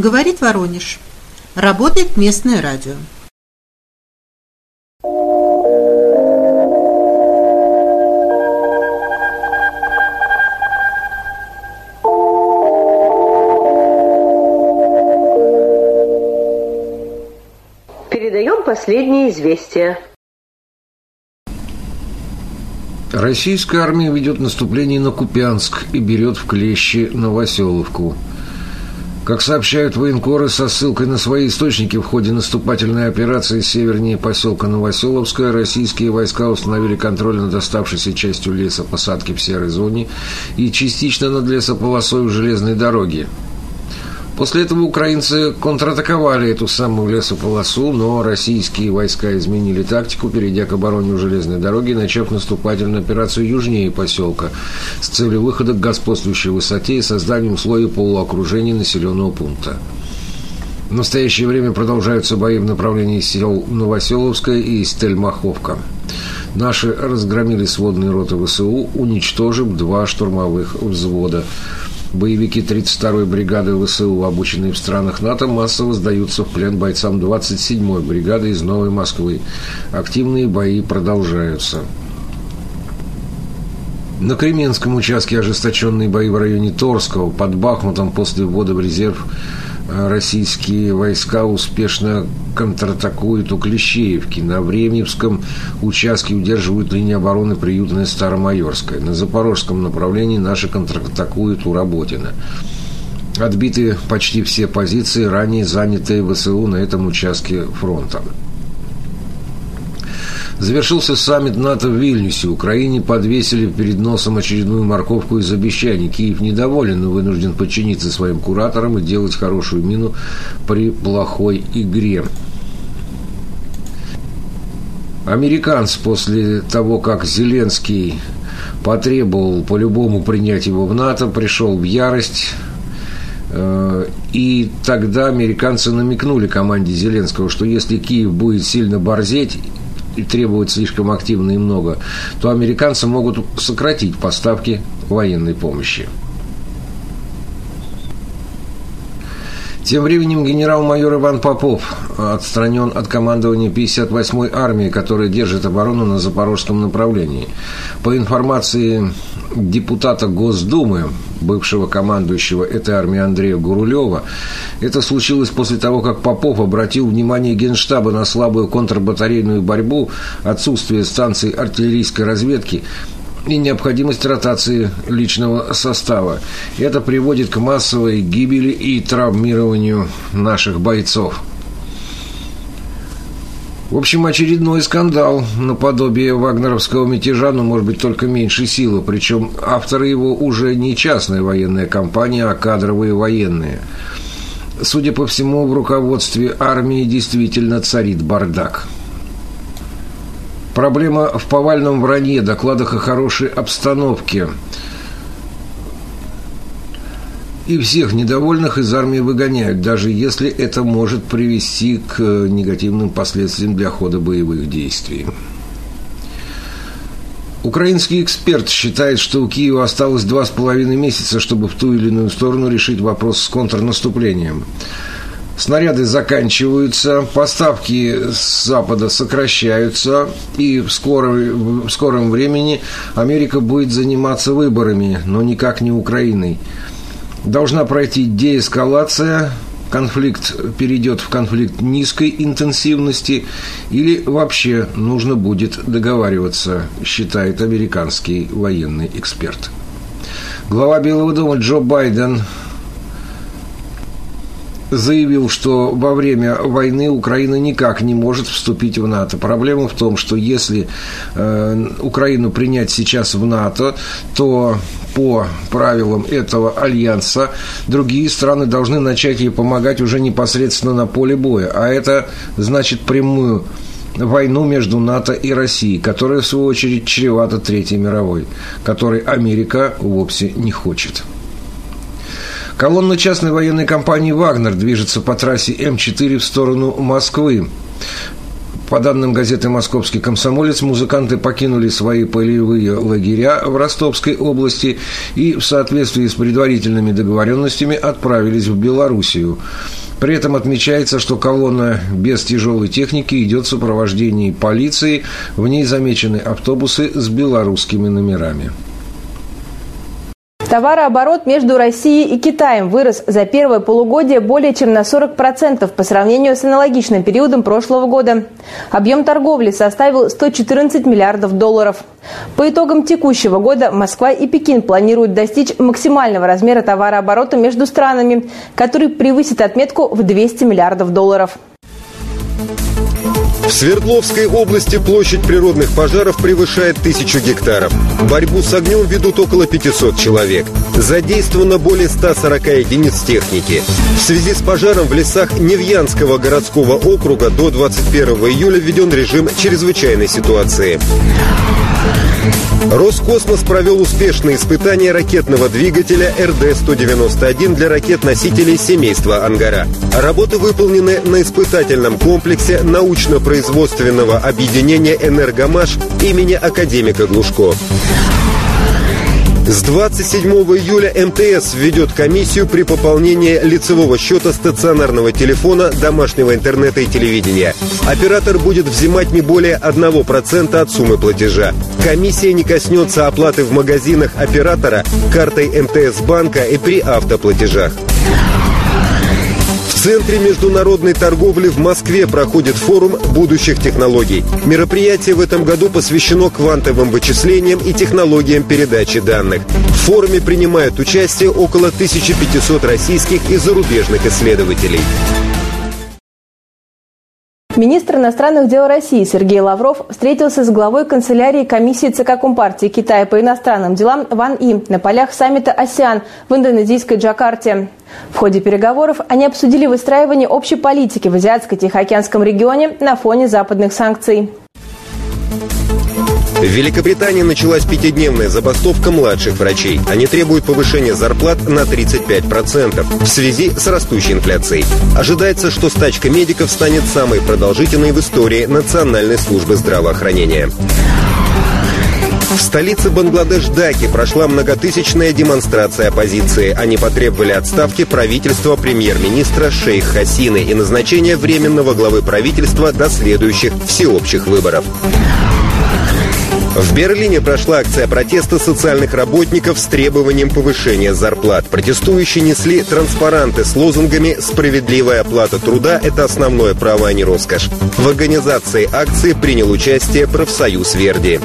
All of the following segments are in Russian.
Говорит Воронеж. Работает местное радио. Передаем последние известия. Российская армия ведет наступление на Купянск и берет в клещи Новоселовку. Как сообщают военкоры со ссылкой на свои источники, в ходе наступательной операции севернее поселка Новоселовское российские войска установили контроль над оставшейся частью лесопосадки в серой зоне и частично над лесополосой в железной дороге. После этого украинцы контратаковали эту самую лесополосу, но российские войска изменили тактику, перейдя к обороне у железной дороги и начав наступательную операцию южнее поселка с целью выхода к господствующей высоте и созданием условий полуокружения населенного пункта. В настоящее время продолжаются бои в направлении сел Новоселовское и Стельмаховка. Наши разгромили сводные роты ВСУ, уничтожив 2 штурмовых взвода. Боевики 32-й бригады ВСУ, обученные в странах НАТО, массово сдаются в плен бойцам 27-й бригады из Новой Москвы. Активные бои продолжаются. На Кременском участке ожесточенные бои в районе Торского. Под Бахмутом после ввода в резерв российские войска успешно контратакуют у Клещеевки. На Времевском участке удерживают линию обороны Приютная Старомайорская. На Запорожском направлении наши контратакуют у Работина. Отбиты почти все позиции, ранее занятые ВСУ на этом участке фронта. Завершился саммит НАТО в Вильнюсе. Украине подвесили перед носом очередную морковку из обещаний. Киев недоволен, но вынужден подчиниться своим кураторам и делать хорошую мину при плохой игре. Американцы после того, как Зеленский потребовал по-любому принять его в НАТО, пришел в ярость. И тогда американцы намекнули команде Зеленского, что если Киев будет сильно борзеть и требовать слишком активно и много, то американцы могут сократить поставки военной помощи. Тем временем генерал-майор Иван Попов отстранен от командования 58-й армии, которая держит оборону на Запорожском направлении. По информации депутата Госдумы, бывшего командующего этой армией Андрея Гурулева, это случилось после того, как Попов обратил внимание Генштаба на слабую контрбатарейную борьбу, отсутствие станций артиллерийской разведки и необходимость ротации личного состава. Это приводит к массовой гибели и травмированию наших бойцов. В общем, очередной скандал наподобие вагнеровского мятежа, но, может быть, только меньшей силы. Причем авторы его уже не частная военная компания, а кадровые военные. Судя по всему, в руководстве армии действительно царит бардак. Проблема в повальном вранье, докладах о хорошей обстановке. И всех недовольных из армии выгоняют, даже если это может привести к негативным последствиям для хода боевых действий. Украинский эксперт считает, что у Киева осталось 2,5 месяца, чтобы в ту или иную сторону решить вопрос с контрнаступлением. Снаряды заканчиваются, поставки с Запада сокращаются, и в скором времени Америка будет заниматься выборами, но никак не Украиной. Должна пройти деэскалация, конфликт перейдет в конфликт низкой интенсивности, или вообще нужно будет договариваться, считает американский военный эксперт. Глава Белого дома Джо Байден заявил, что во время войны Украина никак не может вступить в НАТО. Проблема в том, что если Украину принять сейчас в НАТО, то по правилам этого альянса другие страны должны начать ей помогать уже непосредственно на поле боя. А это значит прямую войну между НАТО и Россией, которая, в свою очередь, чревата Третьей мировой, которой Америка вовсе не хочет. Колонна частной военной компании «Вагнер» движется по трассе М4 в сторону Москвы. По данным газеты «Московский комсомолец», музыканты покинули свои полевые лагеря в Ростовской области и в соответствии с предварительными договоренностями отправились в Белоруссию. При этом отмечается, что колонна без тяжелой техники идет в сопровождении полиции. В ней замечены автобусы с белорусскими номерами. Товарооборот между Россией и Китаем вырос за первое полугодие более чем на 40% по сравнению с аналогичным периодом прошлого года. Объем торговли составил 114 миллиардов долларов. По итогам текущего года Москва и Пекин планируют достичь максимального размера товарооборота между странами, который превысит отметку в 200 миллиардов долларов. В Свердловской области площадь природных пожаров превышает 1000 гектаров. Борьбу с огнем ведут около 500 человек. Задействовано более 140 единиц техники. В связи с пожаром в лесах Невьянского городского округа до 21 июля введен режим чрезвычайной ситуации. Роскосмос провел успешные испытания ракетного двигателя РД-191 для ракет-носителей семейства «Ангара». Работы выполнены на испытательном комплексе научно-производственного объединения «Энергомаш» имени академика Глушко. С 27 июля МТС введет комиссию при пополнении лицевого счета стационарного телефона, домашнего интернета и телевидения. Оператор будет взимать не более 1% от суммы платежа. Комиссия не коснется оплаты в магазинах оператора картой МТС банка и при автоплатежах. В Центре международной торговли в Москве проходит форум будущих технологий. Мероприятие в этом году посвящено квантовым вычислениям и технологиям передачи данных. В форуме принимают участие около 1500 российских и зарубежных исследователей. Министр иностранных дел России Сергей Лавров встретился с главой канцелярии комиссии ЦК Компартии Китая по иностранным делам Ван И на полях саммита АСЕАН в индонезийской Джакарте. В ходе переговоров они обсудили выстраивание общей политики в Азиатско-Тихоокеанском регионе на фоне западных санкций. В Великобритании началась 5-дневная забастовка младших врачей. Они требуют повышения зарплат на 35% в связи с растущей инфляцией. Ожидается, что стачка медиков станет самой продолжительной в истории Национальной службы здравоохранения. В столице Бангладеш Даки прошла многотысячная демонстрация оппозиции. Они потребовали отставки правительства премьер-министра Шейх Хасины и назначения временного главы правительства до следующих всеобщих выборов. В Берлине прошла акция протеста социальных работников с требованием повышения зарплат. Протестующие несли транспаранты с лозунгами «Справедливая оплата труда – это основное право, а не роскошь». В организации акции принял участие профсоюз Верди.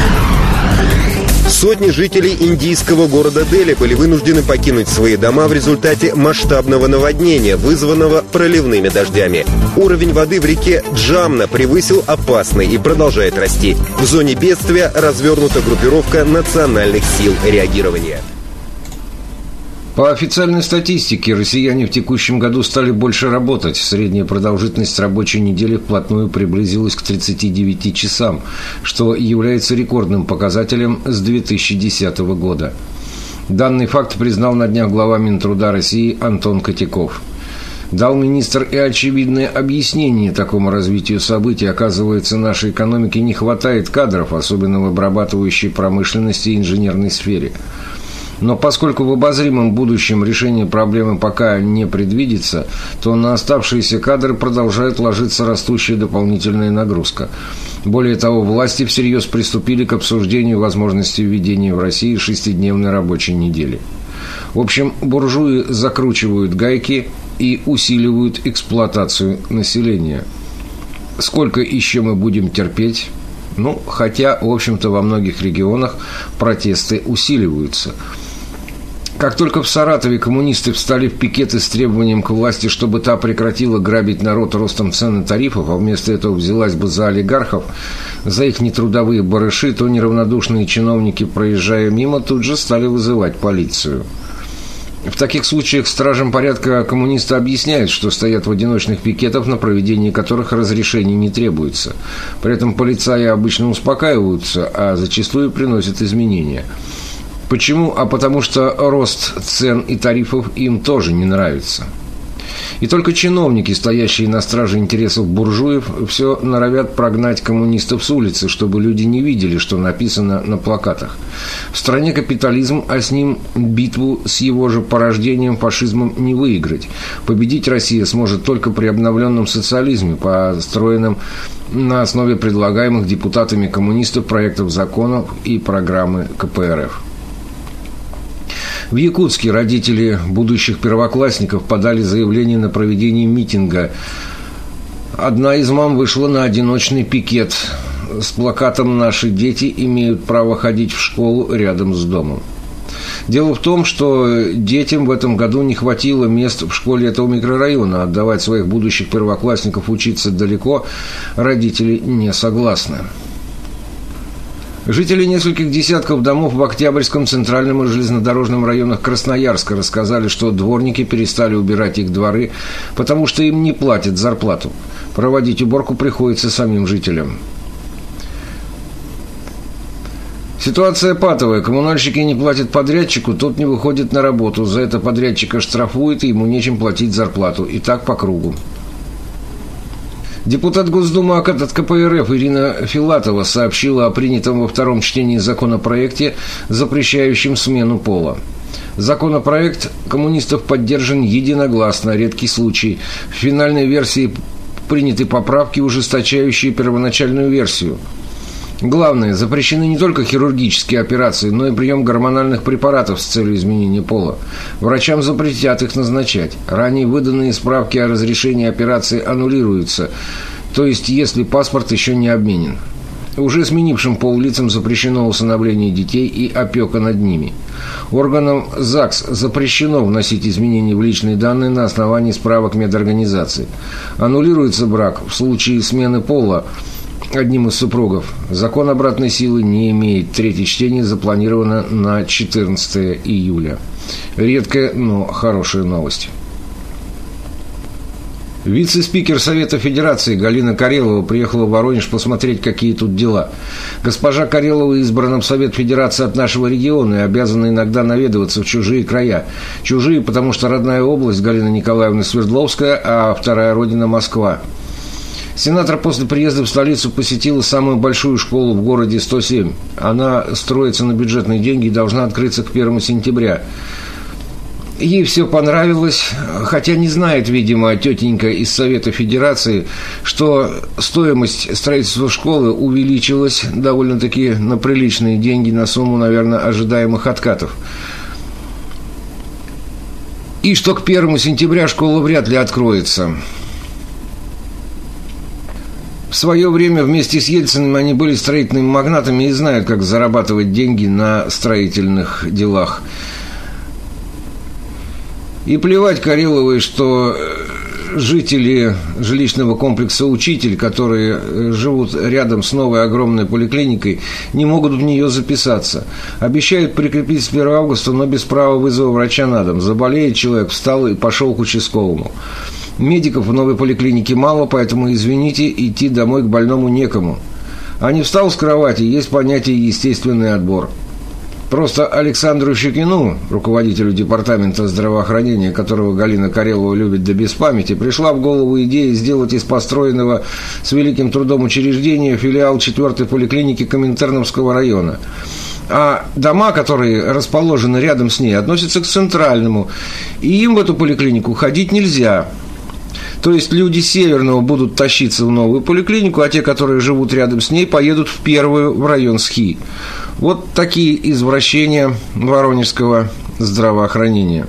Сотни жителей индийского города Дели были вынуждены покинуть свои дома в результате масштабного наводнения, вызванного проливными дождями. Уровень воды в реке Джамна превысил опасный и продолжает расти. В зоне бедствия развернута группировка национальных сил реагирования. По официальной статистике, россияне в текущем году стали больше работать. Средняя продолжительность рабочей недели вплотную приблизилась к 39 часам, что является рекордным показателем с 2010 года. Данный факт признал на днях глава Минтруда России Антон Котяков. Дал министр и очевидное объяснение такому развитию событий. Оказывается, нашей экономике не хватает кадров, особенно в обрабатывающей промышленности и инженерной сфере. Но поскольку в обозримом будущем решение проблемы пока не предвидится, то на оставшиеся кадры продолжает ложиться растущая дополнительная нагрузка. Более того, власти всерьез приступили к обсуждению возможности введения в России 6-дневной рабочей недели. В общем, буржуи закручивают гайки и усиливают эксплуатацию населения. Сколько еще мы будем терпеть? Хотя, в общем-то, во многих регионах протесты усиливаются. Как только в Саратове коммунисты встали в пикеты с требованием к власти, чтобы та прекратила грабить народ ростом цен и тарифов, а вместо этого взялась бы за олигархов, за их нетрудовые барыши, то неравнодушные чиновники, проезжая мимо, тут же стали вызывать полицию. В таких случаях стражам порядка коммунисты объясняют, что стоят в одиночных пикетах, на проведение которых разрешений не требуется. При этом полицаи обычно успокаиваются, а зачастую приносят изменения. Почему? А потому что рост цен и тарифов им тоже не нравится. И только чиновники, стоящие на страже интересов буржуев, все норовят прогнать коммунистов с улицы, чтобы люди не видели, что написано на плакатах. В стране капитализм, а с ним битву с его же порождением фашизмом не выиграть. Победить Россия сможет только при обновленном социализме, построенном на основе предлагаемых депутатами коммунистов проектов законов и программы КПРФ. В Якутске родители будущих первоклассников подали заявление на проведение митинга. Одна из мам вышла на одиночный пикет с плакатом «Наши дети имеют право ходить в школу рядом с домом». Дело в том, что детям в этом году не хватило мест в школе этого микрорайона. Отдавать своих будущих первоклассников учиться далеко родители не согласны. Жители нескольких десятков домов в Октябрьском, Центральном и Железнодорожном районах Красноярска рассказали, что дворники перестали убирать их дворы, потому что им не платят зарплату. Проводить уборку приходится самим жителям. Ситуация патовая. Коммунальщики не платят подрядчику, тот не выходит на работу. За это подрядчика штрафуют, и ему нечем платить зарплату. И так по кругу. Депутат Госдумы от КПРФ Ирина Филатова сообщила о принятом во втором чтении законопроекте, запрещающем смену пола. Законопроект коммунистов поддержан единогласно, редкий случай. В финальной версии приняты поправки, ужесточающие первоначальную версию. Главное, запрещены не только хирургические операции, но и прием гормональных препаратов с целью изменения пола. Врачам запретят их назначать. Ранее выданные справки о разрешении операции аннулируются, то есть если паспорт еще не обменен. Уже сменившим пол лицам запрещено усыновление детей и опека над ними. Органам ЗАГС запрещено вносить изменения в личные данные на основании справок медорганизации. Аннулируется брак в случае смены пола одним из супругов. Закон обратной силы не имеет. Третье чтение запланировано на 14 июля. Редкая, но хорошая новость. Вице-спикер Совета Федерации Галина Карелова приехала в Воронеж посмотреть, какие тут дела. Госпожа Карелова избрана в Совет Федерации от нашего региона и обязана иногда наведываться в чужие края. Чужие, потому что родная область Галины Николаевны Свердловская, а вторая родина Москва. Сенатор после приезда в столицу посетила самую большую школу в городе 107. Она строится на бюджетные деньги и должна открыться к 1 сентября. Ей все понравилось, хотя не знает, видимо, тетенька из Совета Федерации, что стоимость строительства школы увеличилась довольно-таки на приличные деньги, на сумму, наверное, ожидаемых откатов. И что к 1 сентября школа вряд ли откроется. В свое время вместе с Ельциным они были строительными магнатами и знают, как зарабатывать деньги на строительных делах. И плевать Кареловой, что жители жилищного комплекса «Учитель», которые живут рядом с новой огромной поликлиникой, не могут в нее записаться. Обещают прикрепить с 1 августа, но без права вызова врача на дом. Заболеет человек, встал и пошел к участковому. Медиков в новой поликлинике мало, поэтому, извините, идти домой к больному некому. А не встал с кровати, есть понятие «естественный отбор». Просто Александру Щукину, руководителю департамента здравоохранения, которого Галина Карелова любит до беспамяти, пришла в голову идея сделать из построенного с великим трудом учреждения филиал 4-й поликлиники Коминтерновского района. А дома, которые расположены рядом с ней, относятся к центральному, и им в эту поликлинику ходить нельзя. То есть люди северного будут тащиться в новую поликлинику, а те, которые живут рядом с ней, поедут в первую, в район СХИ. Вот такие извращения воронежского здравоохранения.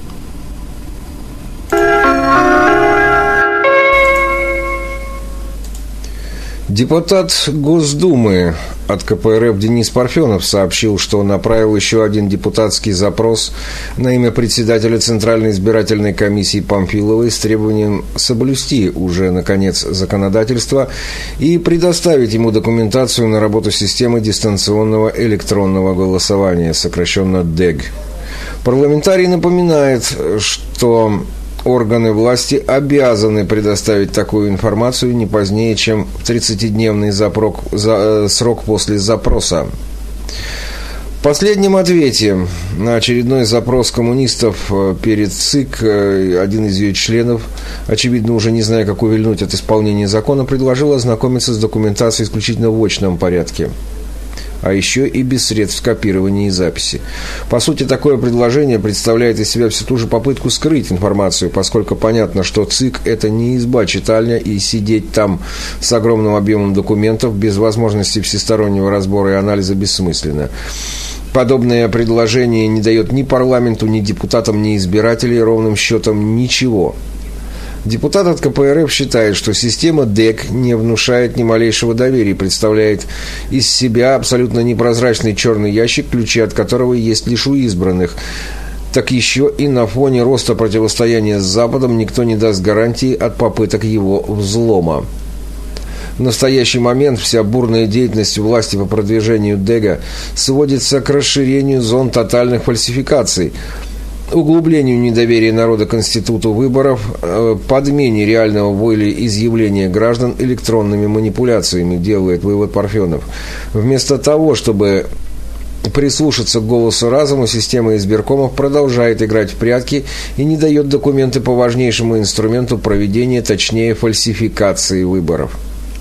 Депутат Госдумы от КПРФ Денис Парфенов сообщил, что направил еще один депутатский запрос на имя председателя Центральной избирательной комиссии Памфиловой с требованием соблюсти уже, наконец, законодательство и предоставить ему документацию на работу системы дистанционного электронного голосования, сокращенно ДЭГ. Парламентарий напоминает, что органы власти обязаны предоставить такую информацию не позднее, чем в 30-дневный срок после запроса. В последнем ответе на очередной запрос коммунистов перед ЦИК один из ее членов, очевидно, уже не зная, как увильнуть от исполнения закона, предложил ознакомиться с документацией исключительно в очном порядке, а еще и без средств копирования и записи. По сути, такое предложение представляет из себя всю ту же попытку скрыть информацию, поскольку понятно, что ЦИК – это не изба-читальня, и сидеть там с огромным объемом документов без возможности всестороннего разбора и анализа бессмысленно. Подобное предложение не дает ни парламенту, ни депутатам, ни избирателей ровным счетом ничего. Депутат от КПРФ считает, что система ДЭК не внушает ни малейшего доверия и представляет из себя абсолютно непрозрачный черный ящик, ключи от которого есть лишь у избранных. Так еще и на фоне роста противостояния с Западом никто не даст гарантии от попыток его взлома. В настоящий момент вся бурная деятельность власти по продвижению ДЭГа сводится к расширению зон тотальных фальсификаций, углублению недоверия народа к институту выборов, подмене реального волеизъявления граждан электронными манипуляциями, делает вывод Парфенов. Вместо того, чтобы прислушаться к голосу разума, система избиркомов продолжает играть в прятки и не дает документы по важнейшему инструменту проведения, точнее, фальсификации выборов.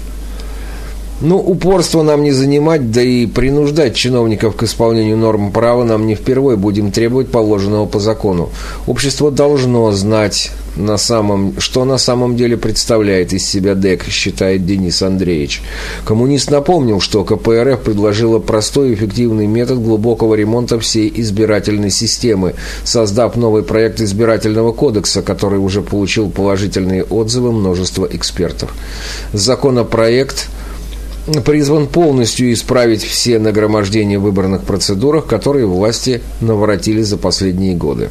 Упорство нам не занимать, да и принуждать чиновников к исполнению норм права нам не впервой, будем требовать положенного по закону. Общество должно знать, что на самом деле представляет из себя ДЭК, считает Денис Андреевич. Коммунист напомнил, что КПРФ предложила простой и эффективный метод глубокого ремонта всей избирательной системы, создав новый проект избирательного кодекса, который уже получил положительные отзывы множества экспертов. Законопроект призван полностью исправить все нагромождения в выборных процедурах, которые власти наворотили за последние годы.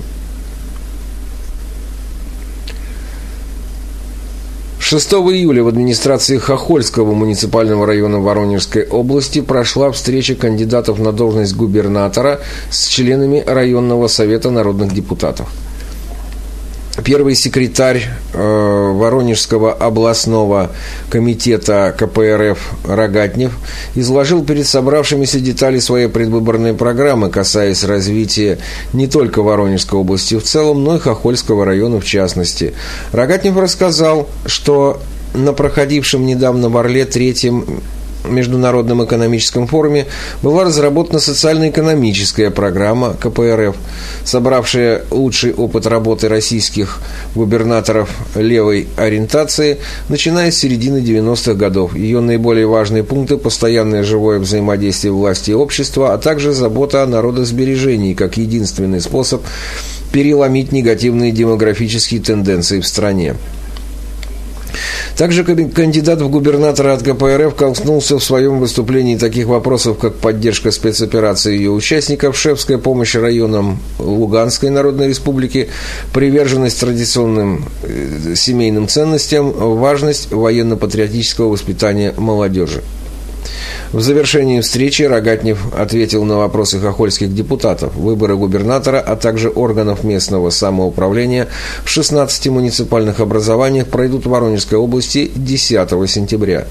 6 июля в администрации Хохольского муниципального района Воронежской области прошла встреча кандидатов на должность губернатора с членами районного совета народных депутатов. Первый секретарь Воронежского областного комитета КПРФ Рогатнев изложил перед собравшимися детали своей предвыборной программы, касаясь развития не только Воронежской области в целом, но и Хохольского района в частности. Рогатнев рассказал, что на проходившем недавно в Орле третьем Международном экономическом форуме была разработана социально-экономическая программа КПРФ, собравшая лучший опыт работы российских губернаторов левой ориентации, начиная с середины 90-х годов. Ее наиболее важные пункты – постоянное живое взаимодействие власти и общества, а также забота о народосбережении как единственный способ переломить негативные демографические тенденции в стране. Также кандидат в губернатора от КПРФ коснулся в своем выступлении таких вопросов, как поддержка спецоперации и ее участников, шефская помощь районам Луганской Народной Республики, приверженность традиционным семейным ценностям, важность военно-патриотического воспитания молодежи. В завершении встречи Рогатнев ответил на вопросы хохольских депутатов. Выборы губернатора, а также органов местного самоуправления в 16 муниципальных образованиях пройдут в Воронежской области 10 сентября.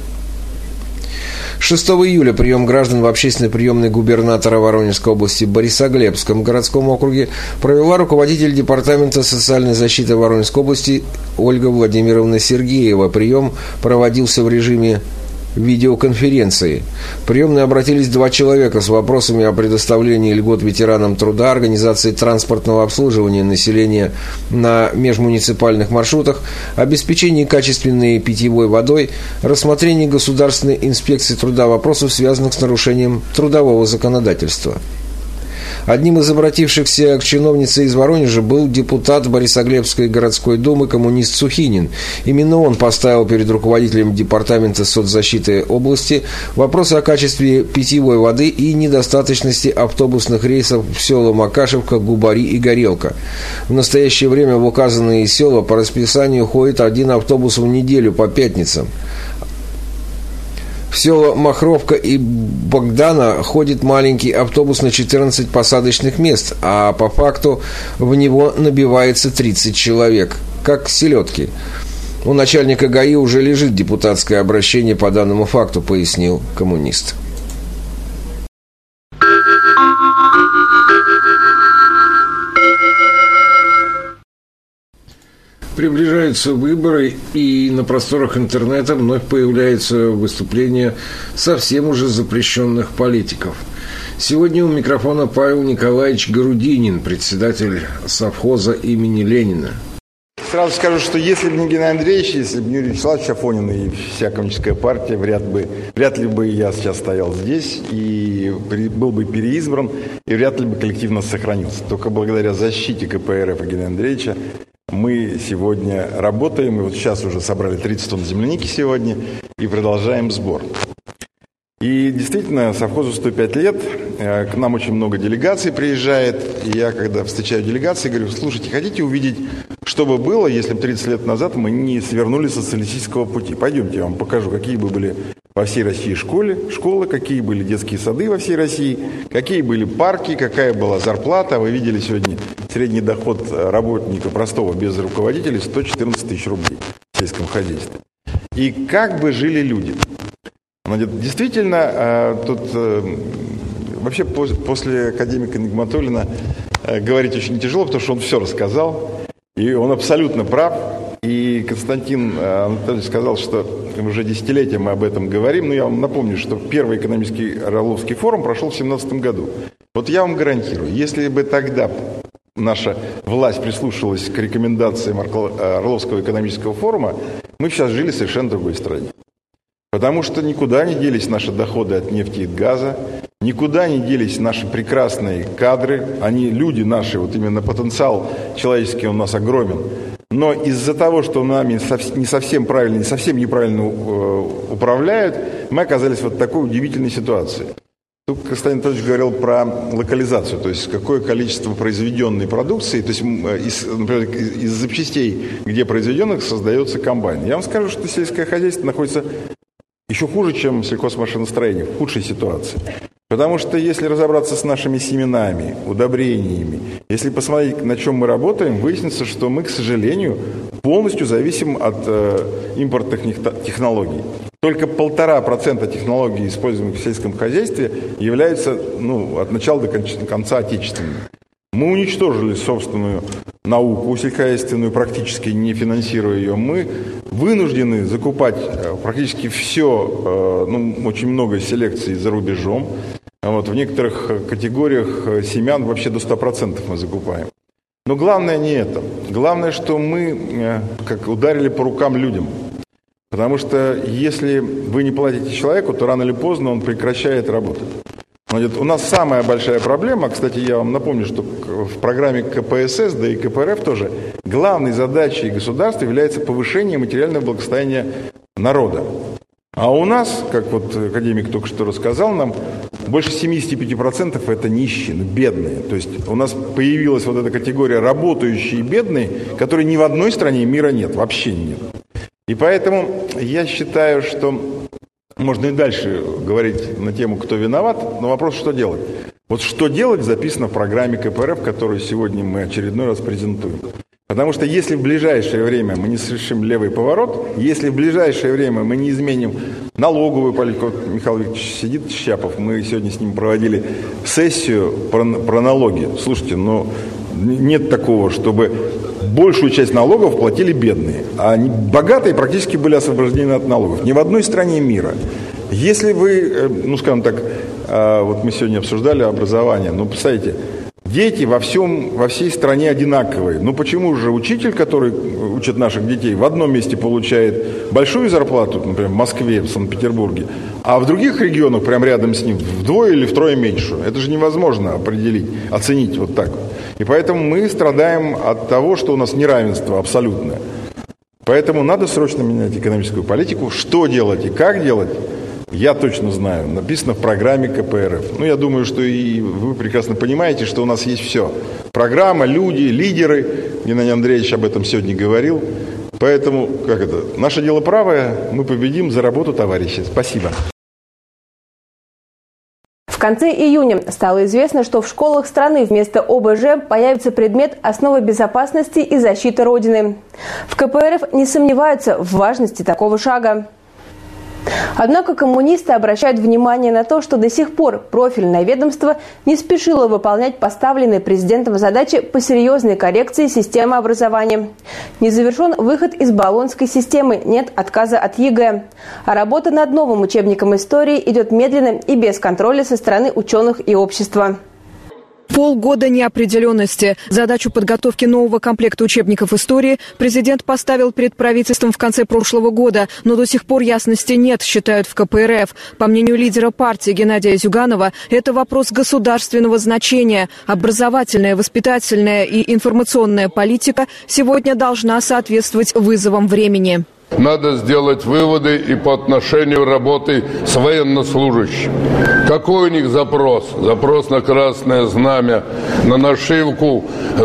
6 июля прием граждан в общественной приемной губернатора Воронежской области в Борисоглебском городском округе провела руководитель департамента социальной защиты Воронежской области Ольга Владимировна Сергеева. Прием проводился в режиме видеоконференции. В приемную обратились 2 человека с вопросами о предоставлении льгот ветеранам труда, организации транспортного обслуживания населения на межмуниципальных маршрутах, обеспечении качественной питьевой водой, рассмотрении Государственной инспекции труда вопросов, связанных с нарушением трудового законодательства. Одним из обратившихся к чиновнице из Воронежа был депутат Борисоглебской городской думы коммунист Сухинин. Именно он поставил перед руководителем департамента соцзащиты области вопросы о качестве питьевой воды и недостаточности автобусных рейсов в села Макашевка, Губари и Горелка. В настоящее время в указанные села по расписанию ходит 1 автобус в неделю по пятницам. В села Махровка и Богдана ходит маленький автобус на 14 посадочных мест, а по факту в него набивается 30 человек, как селедки. У начальника ГАИ уже лежит депутатское обращение по данному факту, пояснил коммунист. Приближаются выборы, и на просторах интернета вновь появляются выступления совсем уже запрещенных политиков. Сегодня у микрофона Павел Николаевич Горудинин, председатель совхоза имени Ленина. Сразу скажу, что если бы не Геннадий Андреевич, если бы не Юрий Вячеславович Афонин и вся коммунистическая партия, вряд ли бы я сейчас стоял здесь и был бы переизбран, и вряд ли бы коллектив нас сохранился. Только благодаря защите КПРФ и Геннадия Андреевича мы сегодня работаем, и вот сейчас уже собрали 30 тонн земляники сегодня, и продолжаем сбор. И действительно, совхозу 105 лет, к нам очень много делегаций приезжает, и я, когда встречаю делегации, говорю: слушайте, хотите увидеть, что бы было, если бы 30 лет назад мы не свернули с социалистического пути? Пойдемте, я вам покажу, какие бы были во всей России школы, какие были детские сады во всей России, какие были парки, какая была зарплата. Вы видели сегодня средний доход работника простого, без руководителей, 114 тысяч рублей в сельском хозяйстве. И как бы жили люди? Действительно, тут вообще после академика Нигматуллина говорить очень тяжело, потому что он все рассказал, и он абсолютно прав. И Константин Анатольевич сказал, что уже десятилетия мы об этом говорим, но я вам напомню, что первый экономический Орловский форум прошел в 2017 году. Вот я вам гарантирую, если бы тогда наша власть прислушалась к рекомендациям Орловского экономического форума, мы сейчас жили в совершенно другой стране. Потому что никуда не делись наши доходы от нефти и газа, никуда не делись наши прекрасные кадры, люди наши, вот именно потенциал человеческий у нас огромен. Но из-за того, что нами не совсем правильно, не совсем неправильно управляют, мы оказались вот в такой удивительной ситуации. Тут Константин Анатольевич говорил про локализацию, то есть какое количество произведенной продукции, то есть, например, из запчастей, где произведенных, создается комбайн. Я вам скажу, что сельское хозяйство находится еще хуже, чем сельхозмашиностроение, в худшей ситуации. Потому что если разобраться с нашими семенами, удобрениями, если посмотреть, на чем мы работаем, выяснится, что мы, к сожалению, полностью зависим от импортных технологий. Только 1,5% технологий, используемых в сельском хозяйстве, являются от начала до конца отечественными. Мы уничтожили собственную науку сельскохозяйственную, практически не финансируя ее. Мы вынуждены закупать практически все, очень много селекций за рубежом. В некоторых категориях семян вообще до 100% мы закупаем. Но главное не это. Главное, что мы как ударили по рукам людям. Потому что если вы не платите человеку, то рано или поздно он прекращает работать. У нас самая большая проблема, кстати, я вам напомню, что в программе КПСС, да и КПРФ тоже, главной задачей государства является повышение материального благосостояния народа. А у нас, как вот академик только что рассказал нам, больше 75% это нищие, бедные. То есть у нас появилась вот эта категория работающие и бедные, которой ни в одной стране мира нет, вообще нет. И поэтому я считаю, что можно и дальше говорить на тему, кто виноват, но вопрос, что делать. Вот что делать, записано в программе КПРФ, которую сегодня мы очередной раз презентуем. Потому что если в ближайшее время мы не совершим левый поворот, если в ближайшее время мы не изменим налоговую политику, вот Михаил Викторович сидит, Щапов, мы сегодня с ним проводили сессию про налоги. Слушайте, нет такого, чтобы большую часть налогов платили бедные, а богатые практически были освобождены от налогов. Ни в одной стране мира. Если вы, скажем так, вот мы сегодня обсуждали образование, представьте, дети во всей стране одинаковые. Почему же учитель, который учит наших детей, в одном месте получает большую зарплату, например, в Москве, в Санкт-Петербурге, а в других регионах, прямо рядом с ним, вдвое или втрое меньшую? Это же невозможно оценить вот так. И поэтому мы страдаем от того, что у нас неравенство абсолютное. Поэтому надо срочно менять экономическую политику. Что делать и как делать, я точно знаю. Написано в программе КПРФ. Я думаю, что и вы прекрасно понимаете, что у нас есть все. Программа, люди, лидеры. Геннадий Андреевич об этом сегодня говорил. Поэтому, наше дело правое, мы победим, за работу, товарищи. Спасибо. В конце июня стало известно, что в школах страны вместо ОБЖ появится предмет «Основы безопасности и защиты Родины». В КПРФ не сомневаются в важности такого шага. Однако коммунисты обращают внимание на то, что до сих пор профильное ведомство не спешило выполнять поставленные президентом задачи по серьезной коррекции системы образования. Не завершен выход из Болонской системы, нет отказа от ЕГЭ. А работа над новым учебником истории идет медленно и без контроля со стороны ученых и общества. Полгода неопределенности. Задачу подготовки нового комплекта учебников истории президент поставил перед правительством в конце прошлого года, но до сих пор ясности нет, считают в КПРФ. По мнению лидера партии Геннадия Зюганова, это вопрос государственного значения. Образовательная, воспитательная и информационная политика сегодня должна соответствовать вызовам времени. Надо сделать выводы и по отношению работы с военнослужащими. Какой у них запрос? Запрос на Красное Знамя, на нашивку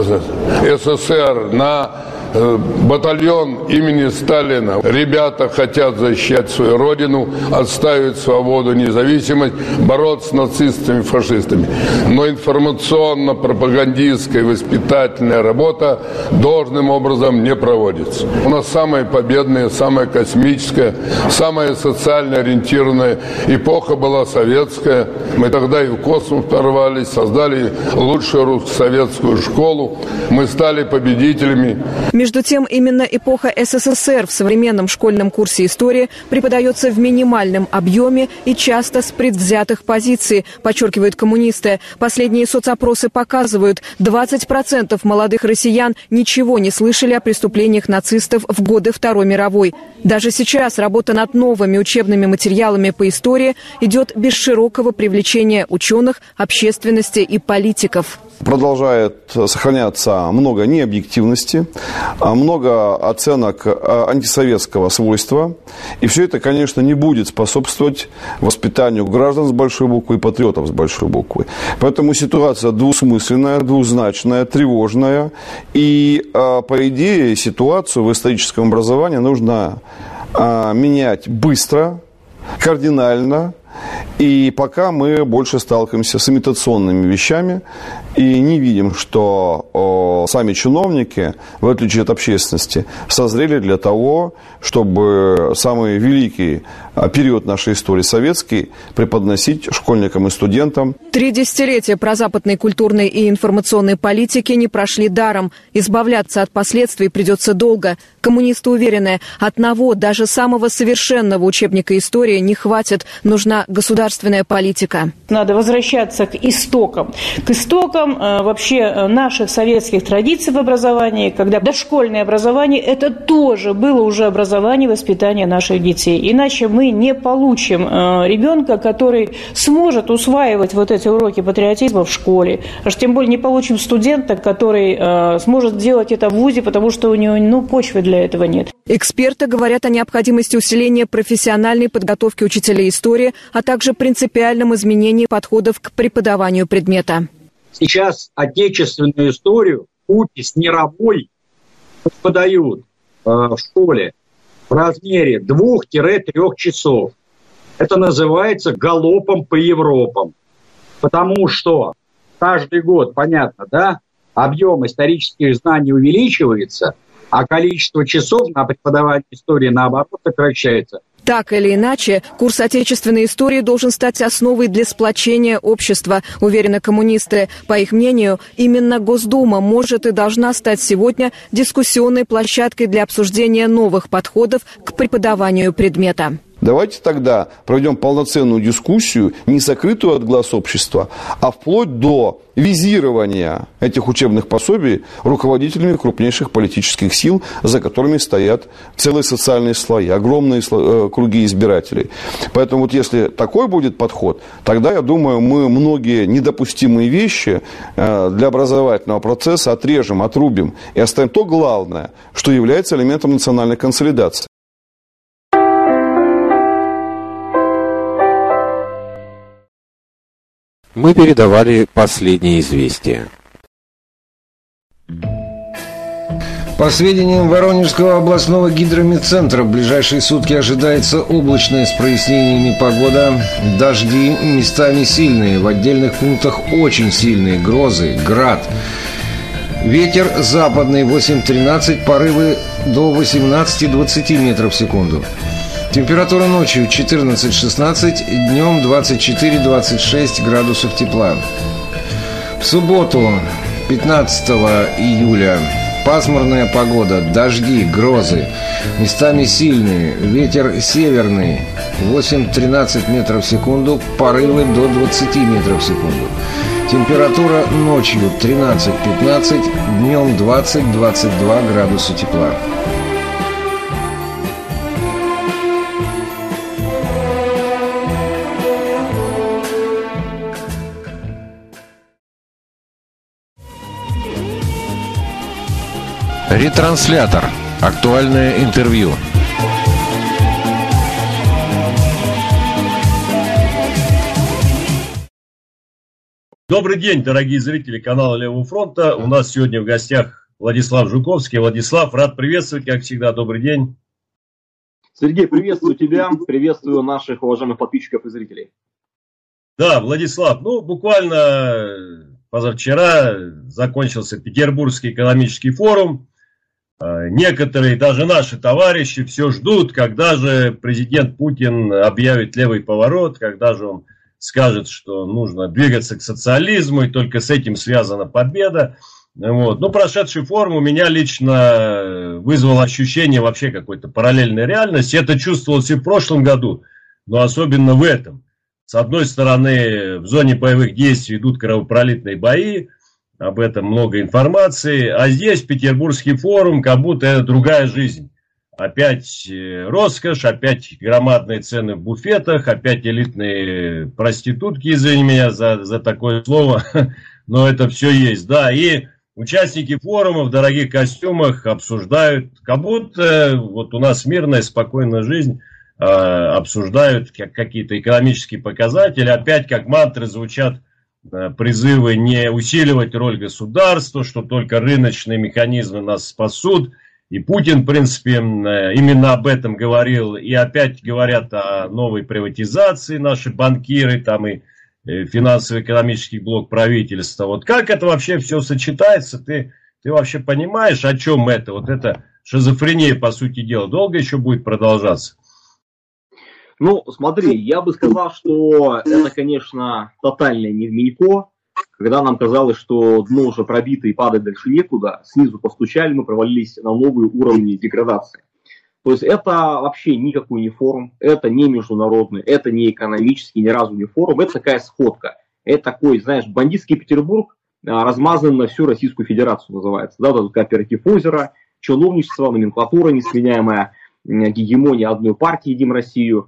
СССР, на батальон имени Сталина. Ребята хотят защищать свою родину, отстаивать свободу, независимость, бороться с нацистами, фашистами. Но информационно-пропагандистская воспитательная работа должным образом не проводится. У нас самая победная, самая космическая, самая социально ориентированная эпоха была советская. Мы тогда и в космос порвались, создали лучшую русско-советскую школу. Мы стали победителями. Между тем, именно эпоха СССР в современном школьном курсе истории преподается в минимальном объеме и часто с предвзятых позиций, подчеркивают коммунисты. Последние соцопросы показывают, 20% молодых россиян ничего не слышали о преступлениях нацистов в годы Второй мировой. Даже сейчас работа над новыми учебными материалами по истории идет без широкого привлечения ученых, общественности и политиков. Продолжает сохраняться много необъективности, много оценок антисоветского свойства. И все это, конечно, не будет способствовать воспитанию граждан с большой буквы и патриотов с большой буквы. Поэтому ситуация двусмысленная, двузначная, тревожная. И, по идее, ситуацию в историческом образовании нужно менять быстро, кардинально. И пока мы больше сталкиваемся с имитационными вещами и не видим, что сами чиновники, в отличие от общественности, созрели для того, чтобы самый великий период нашей истории, советский, преподносить школьникам и студентам. 3 десятилетия прозападной культурной и информационной политики не прошли даром. Избавляться от последствий придется долго. Коммунисты уверены, одного, даже самого совершенного учебника истории не хватит. Нужна государственная политика. Надо возвращаться к истокам вообще наших советских традиций в образовании, когда дошкольное образование – это тоже было уже образование, воспитание наших детей. Иначе мы не получим ребенка, который сможет усваивать вот эти уроки патриотизма в школе. Аж тем более не получим студента, который сможет делать это в вузе, потому что у него почвы для этого нет. Эксперты говорят о необходимости усиления профессиональной подготовки учителей истории, а также принципиальном изменении подходов к преподаванию предмета. Сейчас отечественную историю купе с мировой подают в школе в размере 2-3 часов. Это называется галопом по Европам. Потому что каждый год, понятно, да, объем исторических знаний увеличивается, а количество часов на преподавание истории, наоборот, сокращается. Так или иначе, курс отечественной истории должен стать основой для сплочения общества, уверены коммунисты. По их мнению, именно Госдума может и должна стать сегодня дискуссионной площадкой для обсуждения новых подходов к преподаванию предмета. Давайте тогда проведем полноценную дискуссию, не закрытую от глаз общества, а вплоть до визирования этих учебных пособий руководителями крупнейших политических сил, за которыми стоят целые социальные слои, огромные круги избирателей. Поэтому вот если такой будет подход, тогда, я думаю, мы многие недопустимые вещи для образовательного процесса отрежем, отрубим и оставим то главное, что является элементом национальной консолидации. Мы передавали последние известия. По сведениям Воронежского областного гидрометцентра, в ближайшие сутки ожидается облачная с прояснениями погода. Дожди местами сильные, в отдельных пунктах очень сильные, грозы, град. Ветер западный 8-13, порывы до 18-20 метров в секунду. Температура ночью 14-16, днем 24-26 градусов тепла. В субботу, 15 июля, пасмурная погода, дожди, грозы, местами сильные, ветер северный, 8-13 метров в секунду, порывы до 20 метров в секунду. Температура ночью 13-15, днем 20-22 градуса тепла. Ретранслятор. Актуальное интервью. Добрый день, дорогие зрители канала Левого фронта. У нас сегодня в гостях Владислав Жуковский. Владислав, рад приветствовать, как всегда. Добрый день. Сергей, приветствую тебя, приветствую наших уважаемых подписчиков и зрителей. Да, Владислав, буквально позавчера закончился Петербургский экономический форум. Некоторые, даже наши товарищи, все ждут, когда же президент Путин объявит левый поворот, когда же он скажет, что нужно двигаться к социализму, и только с этим связана победа. Вот. Прошедший форум у меня лично вызвал ощущение вообще какой-то параллельной реальности. Это чувствовалось и в прошлом году, но особенно в этом. С одной стороны, в зоне боевых действий идут кровопролитные бои, об этом много информации, а здесь Петербургский форум, как будто это другая жизнь. Опять роскошь, опять громадные цены в буфетах, опять элитные проститутки, извини меня за такое слово, но это все есть, да, и участники форума в дорогих костюмах обсуждают, как будто вот у нас мирная, спокойная жизнь, обсуждают какие-то экономические показатели, опять как мантры звучат призывы не усиливать роль государства, что только рыночные механизмы нас спасут. И Путин, в принципе, именно об этом говорил. И опять говорят о новой приватизации наши банкиры, там и финансово-экономический блок правительства. Вот как это вообще все сочетается? Ты вообще понимаешь, о чем это? Вот это шизофрения, по сути дела, долго еще будет продолжаться? Смотри, я бы сказал, что это, конечно, тотальное невменько. Когда нам казалось, что дно уже пробито и падать дальше некуда, снизу постучали, мы провалились на новые уровни деградации. То есть это вообще никакой не форум, это не международный, это не экономический, ни разу не форум, это такая сходка. Это такой, знаешь, бандитский Петербург, размазан на всю Российскую Федерацию называется. Да, вот кооператив озера, чиновничество, номенклатура несменяемая, гегемония одной партии «Едим Россию»,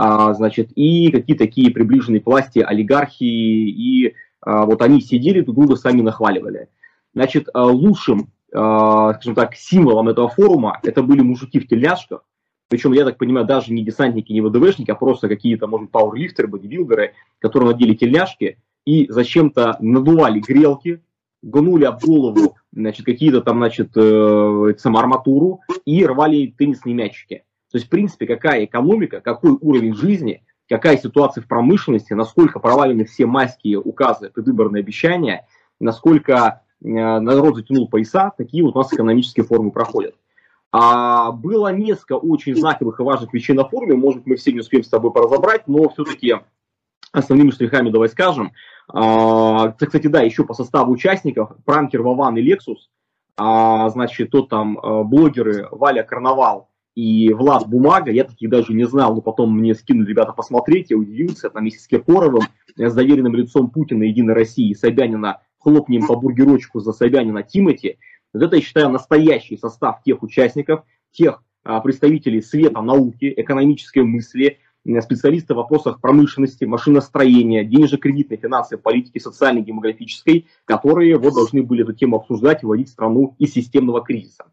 и какие-то такие приближенные к власти олигархи, и вот они сидели, друг друга сами нахваливали. Лучшим, скажем так, символом этого форума это были мужики в тельняшках, причем, я так понимаю, даже не десантники, не ВДВшники, а просто какие-то, может, пауэрлифтеры, бодибилдеры, которые надели тельняшки и зачем-то надували грелки, гнули об голову, какие-то там, самоарматуру и рвали теннисные мячики. То есть, в принципе, какая экономика, какой уровень жизни, какая ситуация в промышленности, насколько провалены все майские указы, предвыборные обещания, насколько народ затянул пояса, такие вот у нас экономические форумы проходят. Было несколько очень знаковых и важных вещей на форуме, может быть, мы все не успеем с тобой поразобрать, но все-таки основными штрихами давай скажем. Кстати, да, еще по составу участников: Пранкер, Вован и Лексус, тот там блогеры Валя Карнавал и Влад Бумага, я таких даже не знал, но потом мне скинули ребята посмотреть, я удивился, там вместе с Киркоровым, с доверенным лицом Путина, Единой России, Собянина, хлопнем по бургерочку за Собянина Тимати. Вот это, я считаю, настоящий состав тех участников, тех представителей света науки, экономической мысли, специалистов в вопросах промышленности, машиностроения, денежно-кредитной, финансовой политики, социальной, демографической, которые вот должны были эту тему обсуждать и вводить страну из системного кризиса.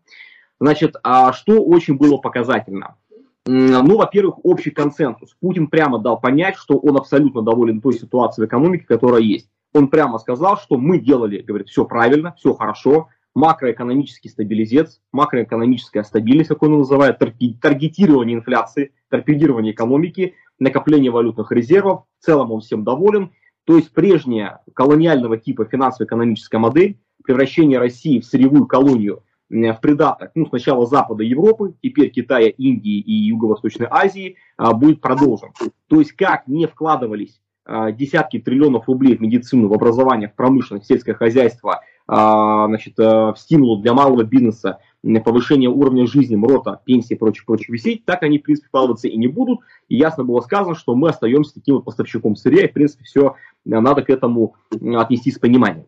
Что очень было показательно? Во-первых, общий консенсус. Путин прямо дал понять, что он абсолютно доволен той ситуацией в экономике, которая есть. Он прямо сказал, что мы делали, говорит, все правильно, все хорошо, макроэкономический стабилизец, макроэкономическая стабильность, как он называет, таргетирование инфляции, торпедирование экономики, накопление валютных резервов. В целом он всем доволен. То есть прежняя колониального типа финансово-экономическая модель, превращение России в сырьевую колонию, в придаток, ну, сначала Запада Европы, теперь Китая, Индии и Юго-Восточной Азии, будет продолжен. То есть как не вкладывались десятки триллионов рублей в медицину, в образование, в промышленность, в сельское хозяйство, значит, в стимул для малого бизнеса, повышение уровня жизни, МРОТа, пенсии и прочее висеть, так они, в принципе, вкладываться и не будут. И ясно было сказано, что мы остаемся таким вот поставщиком сырья, и, в принципе, все надо к этому отнести с пониманием.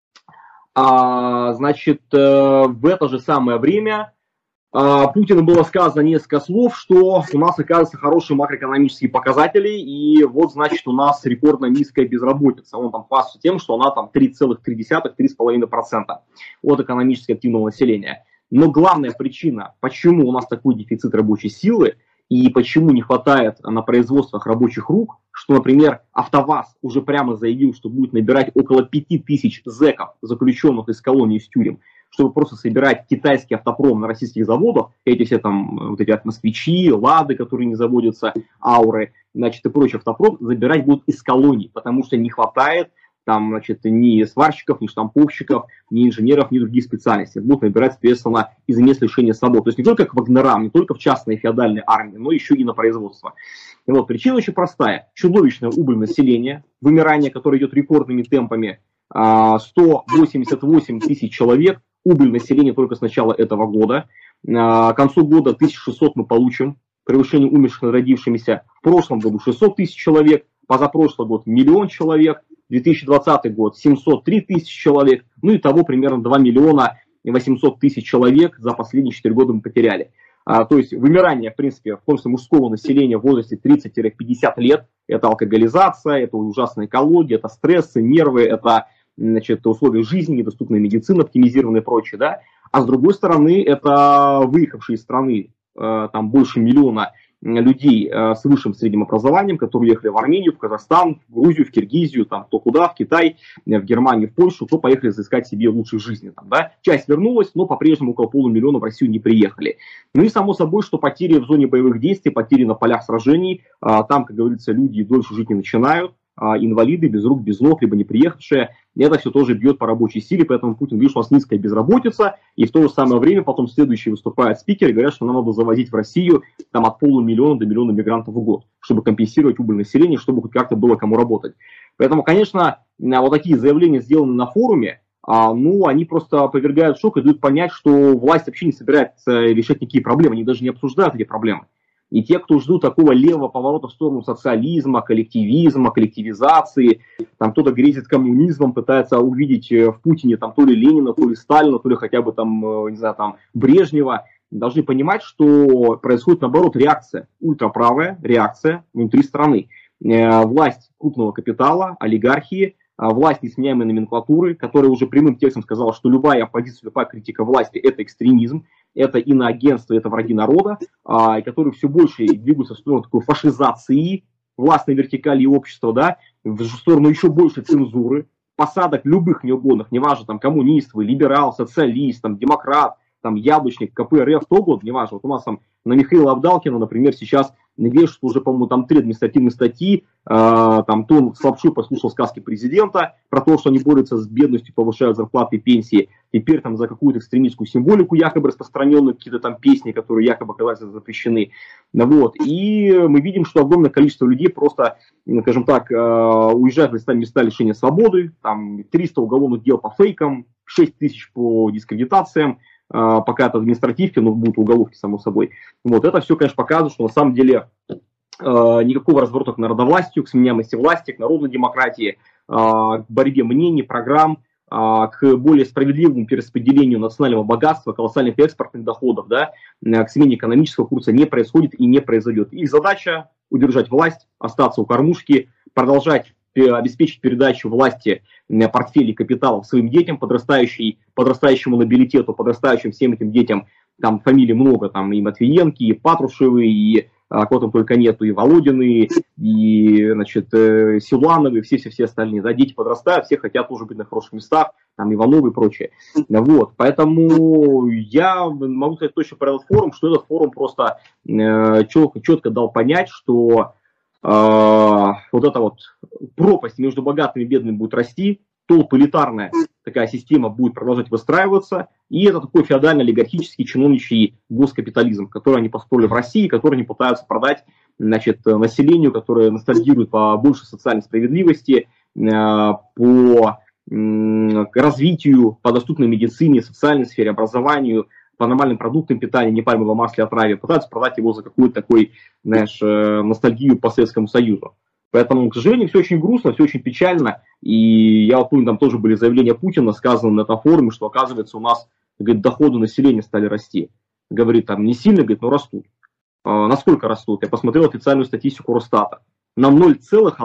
Значит, в это же самое время Путину было сказано несколько слов, что у нас, оказывается, хорошие макроэкономические показатели, и вот, значит, у нас рекордно низкая безработица. Он там хвастается тем, что она там 3,3-3,5% от экономически активного населения. Но главная причина, почему у нас такой дефицит рабочей силы, и почему не хватает на производствах рабочих рук, что, например, АвтоВАЗ уже прямо заявил, что будет набирать около 5000 зэков, заключенных из колоний, из тюрем, чтобы просто собирать китайский автопром на российских заводах, эти все там, вот эти москвичи, лады, которые не заводятся, ауры, значит, и прочий автопром забирать будут из колоний, потому что не хватает там, значит, ни сварщиков, ни штамповщиков, ни инженеров, ни других специальностей. Будут набирать, соответственно, из мест лишения свободы. То есть не только к вагнерам, не только в частной феодальной армии, но еще и на производство. И вот причина очень простая. Чудовищная убыль населения, вымирание, которое идет рекордными темпами, 188 тысяч человек, убыль населения только с начала этого года. К концу года 1600 мы получим, превышение умерших над родившимися. В прошлом году 600 тысяч человек, позапрошлый год 1 миллион человек, 2020 год 703 тысячи человек, ну и того примерно 2 миллиона 800 тысяч человек за последние 4 года мы потеряли. То есть вымирание, в принципе, в том числе мужского населения в возрасте 30-50 лет, это алкоголизация, это ужасная экология, это стрессы, нервы, это, значит, условия жизни, недоступная медицина, оптимизированная и прочее, да. А с другой стороны, это выехавшие из страны, там больше миллиона людей с высшим средним образованием, которые уехали в Армению, в Казахстан, в Грузию, в Киргизию, там, кто куда, в Китай, в Германию, в Польшу, кто поехали изыскать себе лучшей жизни. Там, да? Часть вернулась, но по-прежнему около полумиллиона в Россию не приехали. Ну и само собой, что потери в зоне боевых действий, потери на полях сражений, там, как говорится, люди дольше жить не начинают, инвалиды, без рук, без ног, либо не приехавшие, это все тоже бьет по рабочей силе, поэтому Путин говорит, что у нас низкая безработица, и в то же самое время потом следующие выступают спикеры и говорят, что нам надо завозить в Россию там, от полумиллиона до миллиона мигрантов в год, чтобы компенсировать убыль населения, чтобы хоть как-то было кому работать. Поэтому, конечно, вот такие заявления, сделанные на форуме, ну, они просто повергают в шок и дают понять, что власть вообще не собирается решать никакие проблемы, они даже не обсуждают эти проблемы. И те, кто ждут такого левого поворота в сторону социализма, коллективизма, коллективизации, там кто-то грезит коммунизмом, пытается увидеть в Путине там то ли Ленина, то ли Сталина, то ли хотя бы там, не знаю, там Брежнева, должны понимать, что происходит наоборот реакция, ультраправая реакция внутри страны. Власть крупного капитала, олигархии, власть несменяемой номенклатуры, которая уже прямым текстом сказала, что любая оппозиция, любая критика власти – это экстремизм, это иноагентство, это враги народа, и которые все больше двигаются в сторону такой фашизации властной вертикали общества, да, в сторону еще большей цензуры, посадок любых неугодных, неважно, там, коммунист вы, либерал, социалист, там, демократ, там, яблочник, КПРФ, кто угодно, неважно. Вот у нас там на Михаила Абдалкина, например, сейчас вешают уже, по-моему, там 3 административные статьи, там, то он с лапшой послушал сказки президента про то, что они борются с бедностью, повышают зарплаты и пенсии. Теперь там за какую-то экстремистскую символику, якобы распространенную, какие-то там песни, которые якобы оказались запрещены. Вот. И мы видим, что огромное количество людей просто, скажем так, уезжают в места лишения свободы, там 300 уголовных дел по фейкам, 6 тысяч по дискредитациям, пока это административки, но будут уголовки, само собой. Вот это все, конечно, показывает, что на самом деле никакого разворота к народовластию, к сменяемости власти, к народной демократии, к борьбе мнений, программ, к более справедливому перераспределению национального богатства, колоссальных экспортных доходов, да, к смене экономического курса не происходит и не произойдет. Их задача – удержать власть, остаться у кормушки, продолжать обеспечить передачу власти портфелей капиталов своим детям, подрастающему мобилитету, подрастающим всем этим детям, там фамилий много, там и Матвиенки, и Патрушевы, и кого там только нету, и Володины, и, значит, Силуановы, и все остальные, да, дети подрастают, все хотят тоже быть на хороших местах, там Ивановы и прочее. Вот, поэтому я могу сказать точно про этот форум, что этот форум просто четко дал понять, что вот эта вот пропасть между богатыми и бедными будет расти, толпа элитарная такая система будет продолжать выстраиваться, и это такой феодально-олигархический чиновничий госкапитализм, который они построили в России, который они пытаются продать, значит, населению, которое ностальгирует по большей социальной справедливости, по развитию, по доступной медицине, социальной сфере, образованию, по нормальным продуктам питания, не пальмовом масле, а траве, пытаются продать его за какую-то такой, знаешь, ностальгию по Советскому Союзу. Поэтому, к сожалению, все очень грустно, все очень печально. И я вот помню, там тоже были заявления Путина, сказано на этом форуме, что, оказывается, у нас, говорит, доходы населения стали расти. Говорит, там не сильно, говорит, но растут. Насколько растут? Я посмотрел официальную статистику Росстата. На 0,1%.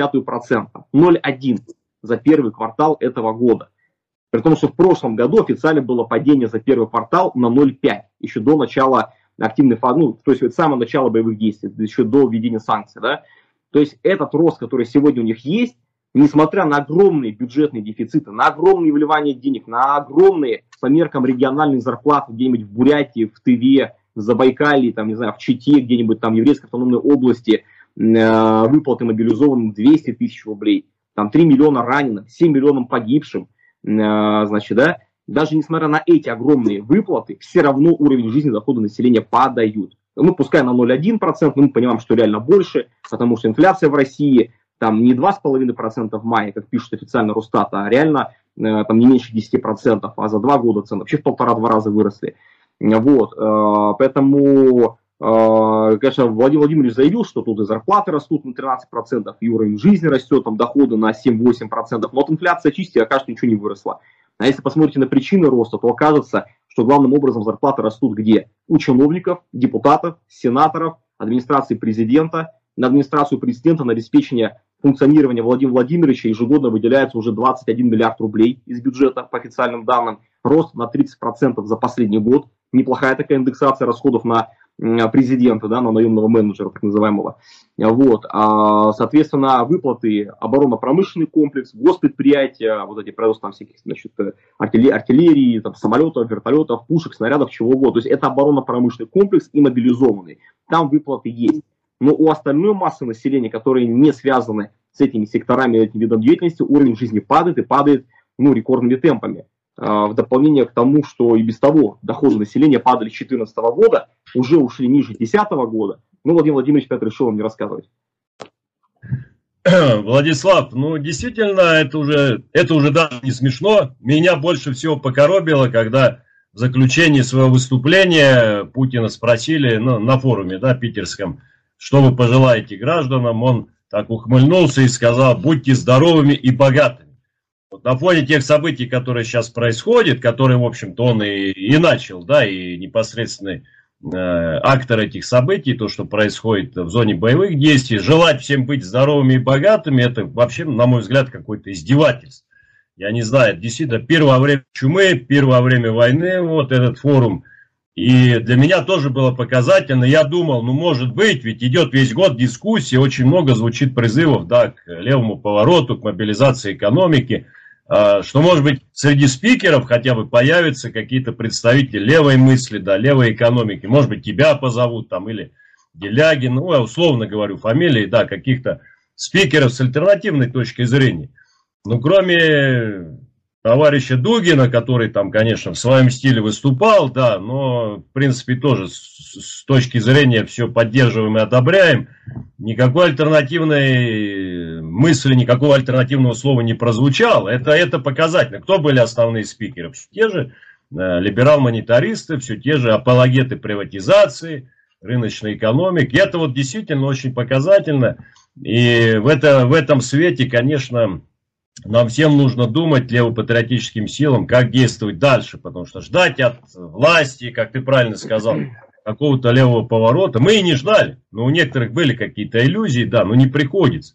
0,1% за первый квартал этого года. При том, что в прошлом году официально было падение за первый квартал на 0,5%. Еще до начала активной фазы, ну, то есть самое начало боевых действий, еще до введения санкций, да. То есть этот рост, который сегодня у них есть, несмотря на огромные бюджетные дефициты, на огромные вливания денег, на огромные по меркам региональные зарплаты где-нибудь в Бурятии, в Тыве, в Забайкалье, там, не знаю, в Чите, где-нибудь там в Еврейской автономной области, выплаты мобилизованным 200 тысяч рублей, там 3 миллиона раненых, 7 миллионов погибшим, значит, да, даже несмотря на эти огромные выплаты, все равно уровень жизни, дохода населения падают. Ну, пускай на 0,1%, но мы понимаем, что реально больше, потому что инфляция в России там не 2,5% в мае, как пишет официально Росстат, а реально там не меньше 10%, а за 2 года цены вообще в 1,5-2 раза выросли. Вот, поэтому, конечно, Владимир Владимирович заявил, что тут и зарплаты растут на 13%, и уровень жизни растет, там доходы на 7-8%, но вот инфляция чистая, окажется, ничего не выросла. А если посмотрите на причины роста, то окажется, что главным образом зарплаты растут где? У чиновников, депутатов, сенаторов, администрации президента. На администрацию президента, на обеспечение функционирования Владимира Владимировича ежегодно выделяется уже 21 миллиард рублей из бюджета, по официальным данным. Рост на 30% за последний год. Неплохая такая индексация расходов на президента, да, на наемного менеджера, так называемого. Вот. Соответственно, выплаты оборонно-промышленный комплекс, госпредприятия, вот эти производства там всяких, значит, артиллерии, там, самолетов, вертолетов, пушек, снарядов, чего угодно. То есть это оборонно-промышленный комплекс и мобилизованный. Там выплаты есть. Но у остальной массы населения, которые не связаны с этими секторами, этим видом деятельности, уровень жизни падает и падает, ну, рекордными темпами. В дополнение к тому, что и без того доходы населения падали с 2014 года, уже ушли ниже 2010 года. Ну, Владимир Владимирович опять решил вам не рассказывать. Владислав, ну действительно, это уже даже не смешно. Меня больше всего покоробило, когда в заключении своего выступления Путина спросили, ну, на форуме, да, питерском, что вы пожелаете гражданам, он так ухмыльнулся и сказал: будьте здоровыми и богатыми. Вот на фоне тех событий, которые сейчас происходят, которые, в общем-то, он и начал, да, и непосредственный актор этих событий, то, что происходит в зоне боевых действий, желать всем быть здоровыми и богатыми, это вообще, на мой взгляд, какое-то издевательство. Я не знаю, действительно, первое время чумы, первое время войны, вот этот форум. И для меня тоже было показательно. Я думал, ну, может быть, ведь идет весь год дискуссии, очень много звучит призывов, да, к левому повороту, к мобилизации экономики, что, может быть, среди спикеров хотя бы появятся какие-то представители левой мысли, да, левой экономики. Может быть, тебя позовут там, или Делягин, ну, я условно говорю, фамилии, да, каких-то спикеров с альтернативной точки зрения. Ну, кроме товарища Дугина, который там, конечно, в своем стиле выступал, да, но, в принципе, тоже с точки зрения все поддерживаем и одобряем. Никакой альтернативной мысли, никакого альтернативного слова не прозвучало. Это показательно. Кто были основные спикеры? Все те же либерал-монетаристы, все те же апологеты приватизации, рыночной экономики. Это вот действительно очень показательно. И в этом свете, конечно, нам всем нужно думать, левопатриотическим силам, как действовать дальше, потому что ждать от власти, как ты правильно сказал, какого-то левого поворота мы и не ждали. Но у некоторых были какие-то иллюзии, да, но не приходится.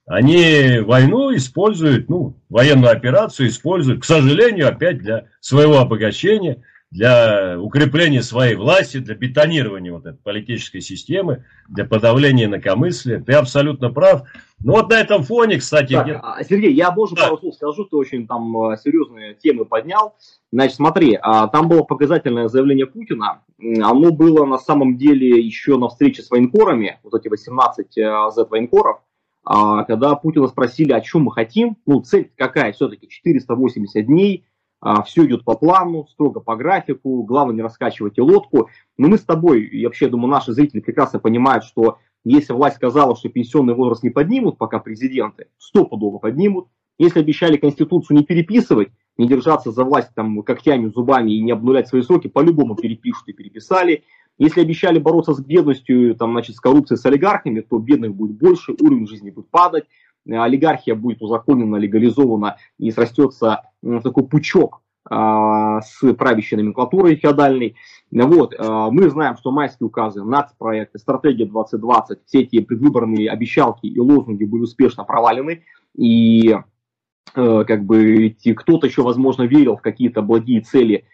Они войну используют, ну, военную операцию используют, к сожалению, опять для своего обогащения, для укрепления своей власти, для бетонирования вот этой политической системы, для подавления инакомыслия. Ты абсолютно прав. Ну вот на этом фоне, кстати... Так, Сергей, я больше пару слов скажу, ты очень там серьезные темы поднял. Значит, смотри, там было показательное заявление Путина. Оно было на самом деле еще на встрече с военкорами, вот эти 18 Z-военкоров. когда Путина спросили, о чем мы хотим, ну, цель какая, все-таки 480 дней, все идет по плану, строго по графику, главное не раскачивать и лодку. Но мы с тобой, и вообще, думаю, наши зрители прекрасно понимают, что если власть сказала, что пенсионный возраст не поднимут, пока президенты, стопудово поднимут. Если обещали Конституцию не переписывать, не держаться за власть там когтями, зубами и не обнулять свои сроки, по-любому перепишут и переписали. Если обещали бороться с бедностью, там, значит, с коррупцией, с олигархами, то бедных будет больше, уровень жизни будет падать, олигархия будет узаконена, легализована и срастется такой пучок с правящей номенклатурой феодальной. Вот. Мы знаем, что майские указы, нацпроекты, стратегия 2020, все эти предвыборные обещалки и лозунги были успешно провалены. И как бы кто-то еще, возможно, верил в какие-то благие цели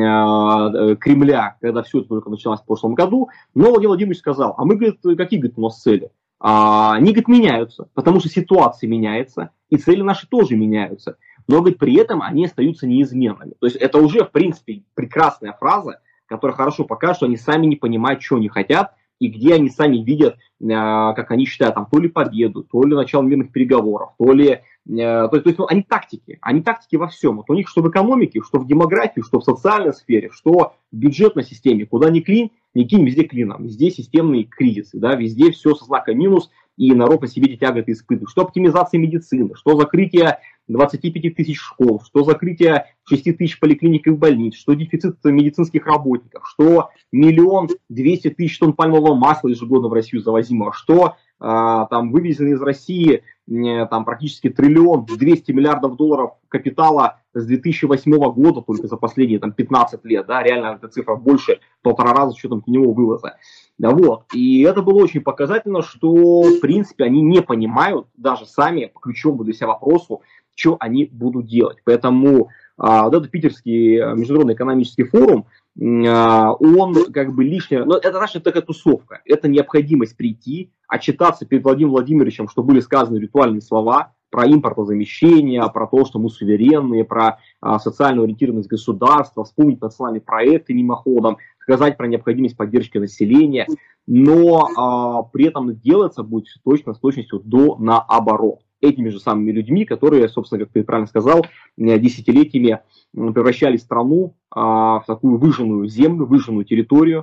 Кремля, когда все это только началось в прошлом году. Но Владимир Владимирович сказал, а мы, говорит, какие, говорит, у нас цели? Они, говорит, меняются, потому что ситуация меняется, и цели наши тоже меняются. Но, говорит, при этом они остаются неизменными. То есть это уже, в принципе, прекрасная фраза, которая хорошо покажет, что они сами не понимают, что они хотят, и где они сами видят, как они считают, там, то ли победу, то ли начало мирных переговоров, то есть ну, они тактики во всем. Вот у них что в экономике, что в демографии, что в социальной сфере, что в бюджетной системе, куда ни кинь, везде клином, везде системные кризисы, да, везде все со знаком минус, и народ на себе эти тяготы испытывает. Что оптимизация медицины, что закрытие 25 тысяч школ, что закрытие 6 тысяч поликлиник и больниц, что дефицит медицинских работников, что 1 200 000 тонн пальмового масла ежегодно в Россию завозимого, что там вывезены из России там практически 1 200 миллиардов долларов капитала с 2008 года, только за последние там 15 лет, да, реально эта цифра больше 1,5 раза с учетом теневого вывоза. Да, вот. И это было очень показательно, что в принципе они не понимают даже сами по ключевому для себя вопросу, что они будут делать. Поэтому вот этот Питерский международный экономический форум, он как бы лишнее, но это наша такая тусовка, это необходимость прийти, отчитаться перед Владимиром Владимировичем, что были сказаны ритуальные слова про импортозамещение, про то, что мы суверенные, про социальную ориентированность государства, вспомнить национальные проекты мимоходом, сказать про необходимость поддержки населения, но при этом делаться будет точно с точностью до наоборот. Этими же самыми людьми, которые, собственно, как ты правильно сказал, десятилетиями превращали страну в такую выжженную землю, выжженную территорию,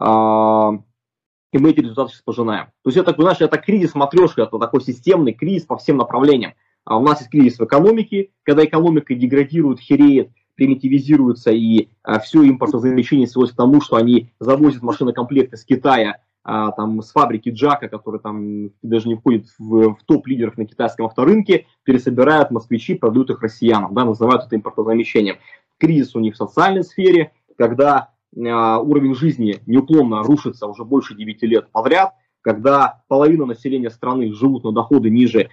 и мы эти результаты сейчас пожинаем. То есть это, знаешь, это кризис матрешка, это такой системный кризис по всем направлениям. У нас есть кризис в экономике, когда экономика деградирует, хереет, примитивизируется, и все импортозамещение свелось к тому, что они завозят машинокомплекты с Китая, там, с фабрики Джака, который там даже не входит в топ-лидеров на китайском авторынке, пересобирают москвичи, продают их россиянам, да, называют это импортозамещением. Кризис у них в социальной сфере, когда уровень жизни неуклонно рушится уже больше 9 лет подряд, когда половина населения страны живут на доходы ниже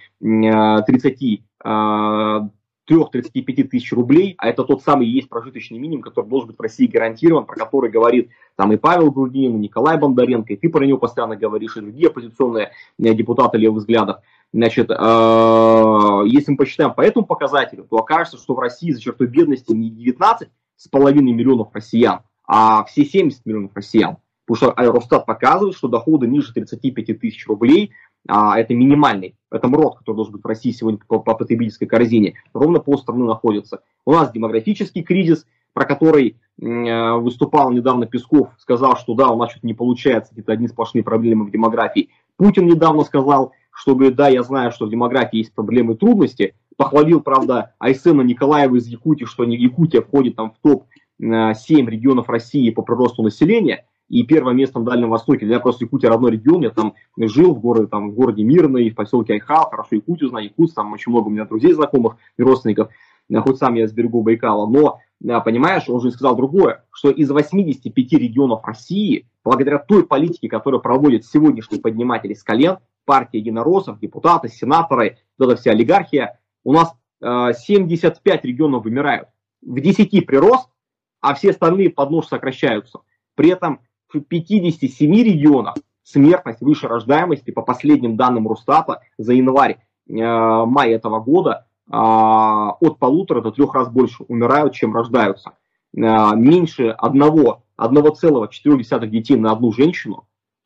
33-35 тысяч рублей, а это тот самый и есть прожиточный минимум, который должен быть в России гарантирован, про который говорит там и Павел Грудинин, и Николай Бондаренко, и ты про него постоянно говоришь, и другие оппозиционные депутаты левых взглядов. Значит, если мы посчитаем по этому показателю, то окажется, что в России за чертой бедности не 19,5 миллионов россиян, а все 70 миллионов россиян. Потому что Росстат показывает, что доходы ниже 35 тысяч рублей, это минимальный, это МРОД, который должен быть в России сегодня по потребительской корзине, ровно полстраны находится. У нас демографический кризис, про который выступал недавно Песков, сказал, что да, у нас что-то не получается, это одни сплошные проблемы в демографии. Путин недавно сказал, что говорит, да, я знаю, что в демографии есть проблемы и трудности. Похвалил, правда, Айсена Николаева из Якутии, что Якутия входит там в топ-7 регионов России по приросту населения. И первое место на Дальнем Востоке. Для меня просто Якутия родной регион. Я там жил в городе Мирный, в поселке Айхал, хорошо Якутию знаю, Якутск, там очень много у меня друзей, знакомых и родственников, хоть сам я с берегов Байкала. Но, понимаешь, он же сказал другое, что из 85 регионов России, благодаря той политике, которую проводят сегодняшние подниматели с колен, партия единороссов, депутаты, сенаторы, вот эта вся олигархия, у нас 75 регионов вымирают. В 10 прирост, а все остальные под нож сокращаются. При этом в 57 регионах смертность выше рождаемости, по последним данным Росстата, за январь-май этого года от 1,5 до 3 раз больше умирают, чем рождаются. Меньше 1,4 детей на одну женщину.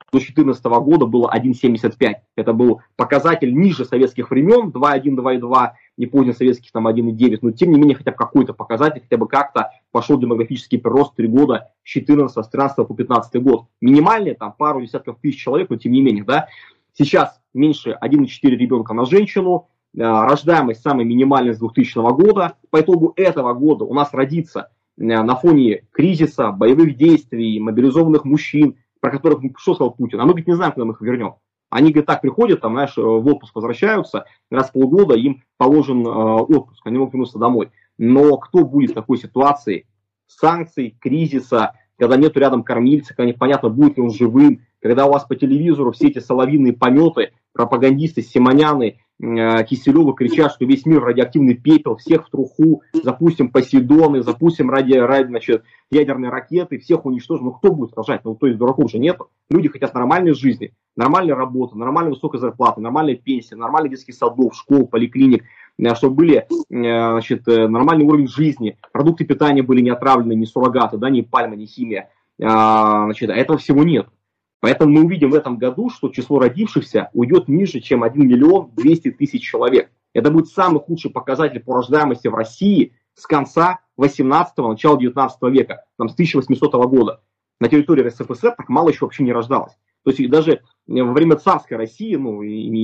до 2014 года было 1,75. Это был показатель ниже советских времен, 2,1, 2,2, не позднесоветских там 1,9, но тем не менее хотя бы какой-то показатель, хотя бы как-то пошел демографический прирост 3 года с 14, с 13 по 15 год. Минимальный, там пару десятков тысяч человек, но тем не менее, да. Сейчас меньше 1,4 ребенка на женщину, рождаемость самая минимальная с 2000 года. По итогу этого года у нас родится на фоне кризиса, боевых действий, мобилизованных мужчин, про которых, что сказал Путин, а мы, говорит, не знаем, когда мы их вернем. Они, говорит, так приходят, там, знаешь, в отпуск возвращаются, раз в полгода им положен отпуск, они могут вернуться домой. Но кто будет в такой ситуации санкций, кризиса, когда нету рядом кормильца, когда непонятно, будет ли он живым, когда у вас по телевизору все эти соловьиные пометы, пропагандисты, Симоняны, Киселевы кричат, что весь мир радиоактивный пепел, всех в труху, запустим Посейдоны, запустим значит, ядерные ракеты, всех уничтожим. Ну кто будет рожать? Ну то есть дураков же нет. Люди хотят нормальной жизни, нормальной работы, нормальной высокой зарплаты, нормальной пенсии, нормальных детских садов, школ, поликлиник, чтобы были, значит, нормальный уровень жизни, продукты питания были не отравлены, не суррогаты, да, не пальма, не химия. Значит, а этого всего нет. Поэтому мы увидим в этом году, что число родившихся уйдет ниже, чем 1 200 000 человек. Это будет самый худший показатель по рождаемости в России с конца 18-го, начала 19 века, там, с 1800 года. На территории РСФСР так мало еще вообще не рождалось. То есть даже во время царской России, ну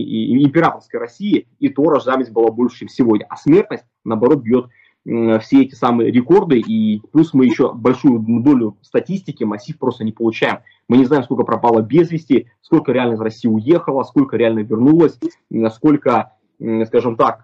и императорской России, и то рождаемость была больше, чем сегодня. А смертность, наоборот, бьет все эти самые рекорды, и плюс мы еще большую долю статистики, массив просто не получаем. Мы не знаем, сколько пропало без вести, сколько реально из России уехало, сколько реально вернулось, сколько, скажем так,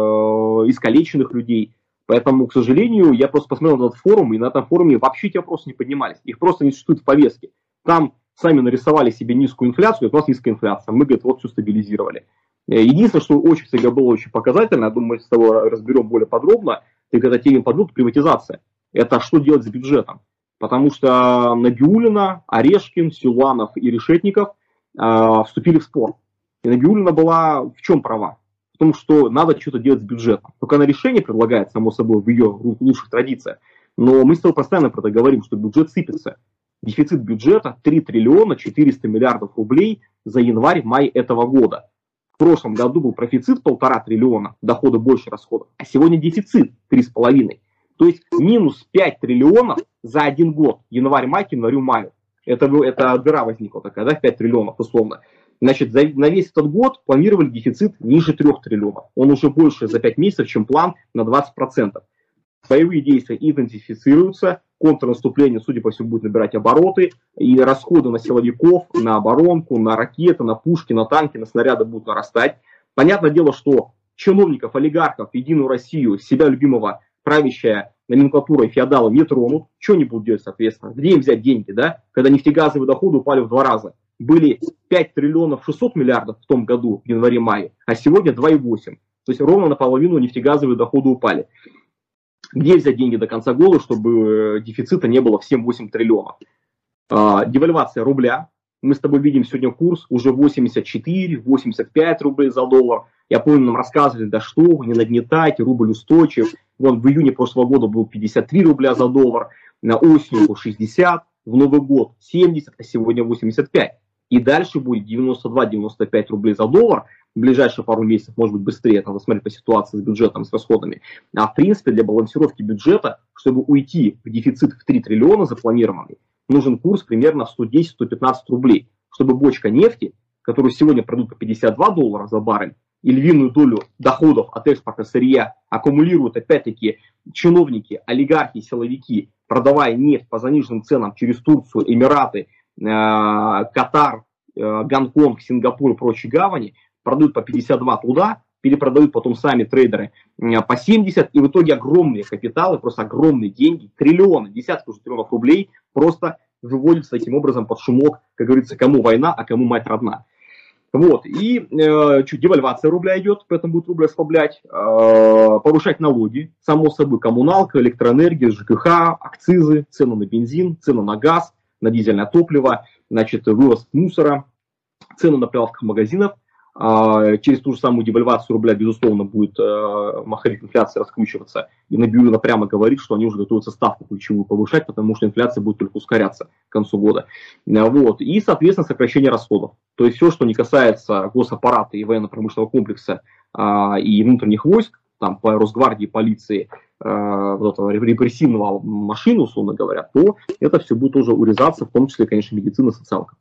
искалеченных людей. Поэтому, к сожалению, я просто посмотрел на этот форум, и на этом форуме вообще эти вопросы не поднимались. Их просто не существует в повестке. Там сами нарисовали себе низкую инфляцию, у нас низкая инфляция. Мы, говорит, вот все стабилизировали. Единственное, что очень всегда было очень показательно, я думаю, мы с тобой разберем более подробно, это теме продукт приватизация. Это что делать с бюджетом. Потому что Набиуллина, Орешкин, Силуанов и Решетников вступили в спор. И Набиуллина была в чем права? В том, что надо что-то делать с бюджетом. Только она решение предлагает, само собой, в ее лучших традициях. Но мы с тобой постоянно про это говорим, что бюджет сыпется. Дефицит бюджета 3 триллиона 400 миллиардов рублей за январь-май этого года. В прошлом году был профицит 1,5 триллиона, доходы больше расходов, а сегодня дефицит 3,5. То есть минус 5 триллионов за один год, январь-май, январю-маю. Это дыра возникла такая, да, 5 триллионов условно. Значит, на весь этот год планировали дефицит ниже 3 триллионов. Он уже больше за 5 месяцев, чем план на 20%. Боевые действия интенсифицируются, контрнаступление, судя по всему, будет набирать обороты, и расходы на силовиков, на оборонку, на ракеты, на пушки, на танки, на снаряды будут нарастать. Понятное дело, что чиновников, олигархов, Единую Россию, себя любимого правящая номенклатура и феодалы не тронут. Что они будут делать, соответственно? Где им взять деньги, да? Когда нефтегазовые доходы упали в 2 раза. Были 5 триллионов 600 миллиардов в том году, в январе-мае, а сегодня 2,8. То есть ровно наполовину нефтегазовые доходы упали. Где взять деньги до конца года, чтобы дефицита не было в 7-8 триллионов? Девальвация рубля. Мы с тобой видим сегодня курс уже 84-85 рублей за доллар. Я помню, нам рассказывали, да что вы, не нагнетайте, рубль устойчив. Вон в июне прошлого года был 53 рубля за доллар, на осенью был 60, в Новый год 70, а сегодня 85. И дальше будет 92-95 рублей за доллар. В ближайшие пару месяцев, может быть, быстрее, надо смотреть по ситуации с бюджетом, с расходами. А в принципе, для балансировки бюджета, чтобы уйти в дефицит в 3 триллиона запланированный, нужен курс примерно 110-115 рублей. Чтобы бочка нефти, которую сегодня продают по 52 доллара за баррель, и львиную долю доходов от экспорта сырья аккумулируют, опять-таки, чиновники, олигархи, силовики, продавая нефть по заниженным ценам через Турцию, Эмираты, Катар, Гонконг, Сингапур и прочие гавани, продают по 52 туда, перепродают потом сами трейдеры по 70, и в итоге огромные капиталы, просто огромные деньги, триллионы, десятки уже триллионов рублей просто выводятся таким образом под шумок, как говорится, кому война, а кому мать родна. Вот, и девальвация рубля идет, поэтому будет рубль ослаблять, повышать налоги, само собой, коммуналка, электроэнергия, ЖКХ, акцизы, цены на бензин, цены на газ, на дизельное топливо, значит, вывоз мусора, цены на прилавках магазинов через ту же самую девальвацию рубля, безусловно, будет маховик инфляции раскручиваться. И Набиуллина прямо говорит, что они уже готовятся ставку ключевую повышать, потому что инфляция будет только ускоряться к концу года. Вот. И, соответственно, сокращение расходов. То есть все, что не касается госаппарата и военно-промышленного комплекса и внутренних войск, там, по Росгвардии, полиции, вот этого репрессивного машины, условно говоря, то это все будет уже урезаться, в том числе, конечно, медицина, социалка.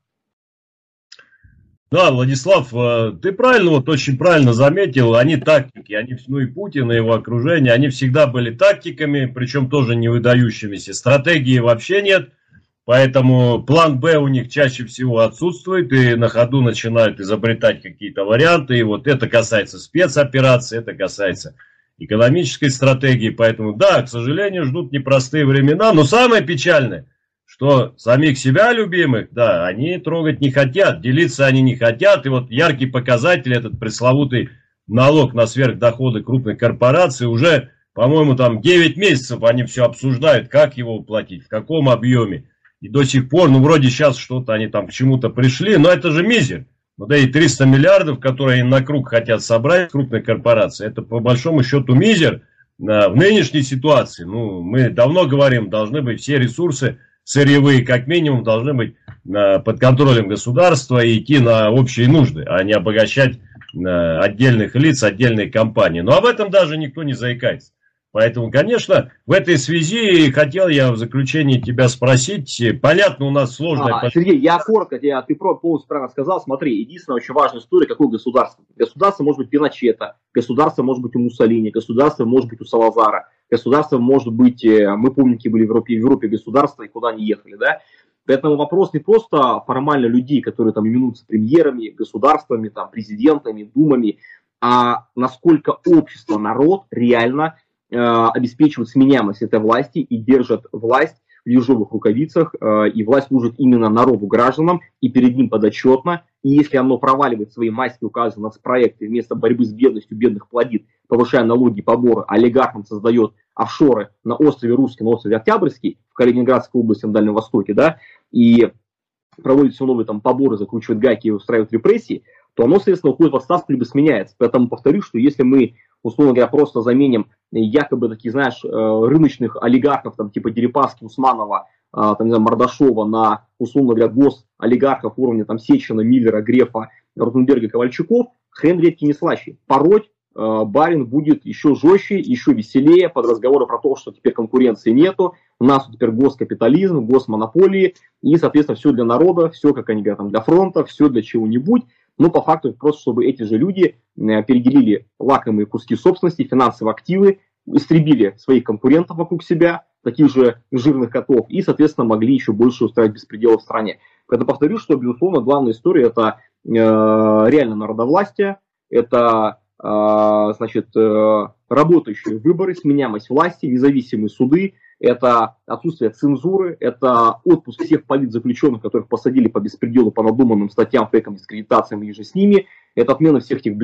Да, Владислав, ты правильно, вот очень правильно заметил, они тактики, они, ну и Путин, и его окружение, они всегда были тактиками, причем тоже не выдающимися. Стратегии вообще нет, поэтому план Б у них чаще всего отсутствует, и на ходу начинают изобретать какие-то варианты, и вот это касается спецопераций, это касается экономической стратегии, поэтому да, к сожалению, ждут непростые времена, но самое печальное, что самих себя любимых, да, они трогать не хотят, делиться они не хотят. И вот яркий показатель, этот пресловутый налог на сверхдоходы крупных корпораций, уже, по-моему, там 9 месяцев они все обсуждают, как его уплатить, в каком объеме. И до сих пор, ну, вроде сейчас что-то они там к чему-то пришли, но это же мизер. Ну, да и 300 миллиардов, которые на круг хотят собрать крупные корпорации, это по большому счету мизер в нынешней ситуации. Ну, мы давно говорим, должны быть все ресурсы сырьевые, как минимум, должны быть под контролем государства и идти на общие нужды, а не обогащать отдельных лиц, отдельные компании. Но об этом даже никто не заикается. Поэтому, конечно, в этой связи хотел я в заключении тебя спросить. Понятно, у нас сложная... Сергей, я коротко, ты полностью правильно сказал. Смотри, единственная очень важная история, какое государство. Государство может быть Пиночета, государство может быть у Муссолини, государство может быть у Салазара, государство может быть, мы помним, какие были в Европе государства и куда они ехали, да. Поэтому вопрос не просто формально людей, которые там именуются премьерами, государствами, там, президентами, думами, а насколько общество, народ реально обеспечивают сменяемость этой власти и держат власть в ежовых рукавицах, и власть служит именно народу, гражданам, и перед ним подотчетно. И если оно проваливает свои майские указы, нацпроекты, вместо борьбы с бедностью бедных плодит, повышая налоги, поборы, олигархам создает офшоры на острове Русский, на острове Октябрьский, в Калининградской области, на Дальнем Востоке, да, и проводит все новые там поборы, закручивает гайки и устраивает репрессии, то оно, соответственно, уходит в отставку либо сменяется. Поэтому повторю, что если мы, условно говоря, просто заменим якобы таких, знаешь, рыночных олигархов, там, типа Дерипаски, Усманова, там, не знаю, Мордашова на, условно говоря, госолигархов уровня там Сечина, Миллера, Грефа, Ротенберга, Ковальчуков, хрен редкий не слащий. Пороть барин будет еще жестче, еще веселее под разговоры про то, что теперь конкуренции нету, у нас теперь госкапитализм, госмонополии, и, соответственно, все для народа, все, как они говорят, там, для фронта, все для чего-нибудь. Но по факту просто, чтобы эти же люди переделили лакомые куски собственности, финансовые активы, истребили своих конкурентов вокруг себя, таких же жирных котов, и, соответственно, могли еще больше устраивать беспредел в стране. Поэтому повторю, что, безусловно, главная история – это реально народовластие, это значит, работающие выборы, сменяемость власти, независимые суды, это отсутствие цензуры, это отпуск всех политзаключенных, которых посадили по беспределу, по надуманным статьям, фейкам, дискредитациям и же с ними, это отмена всех этих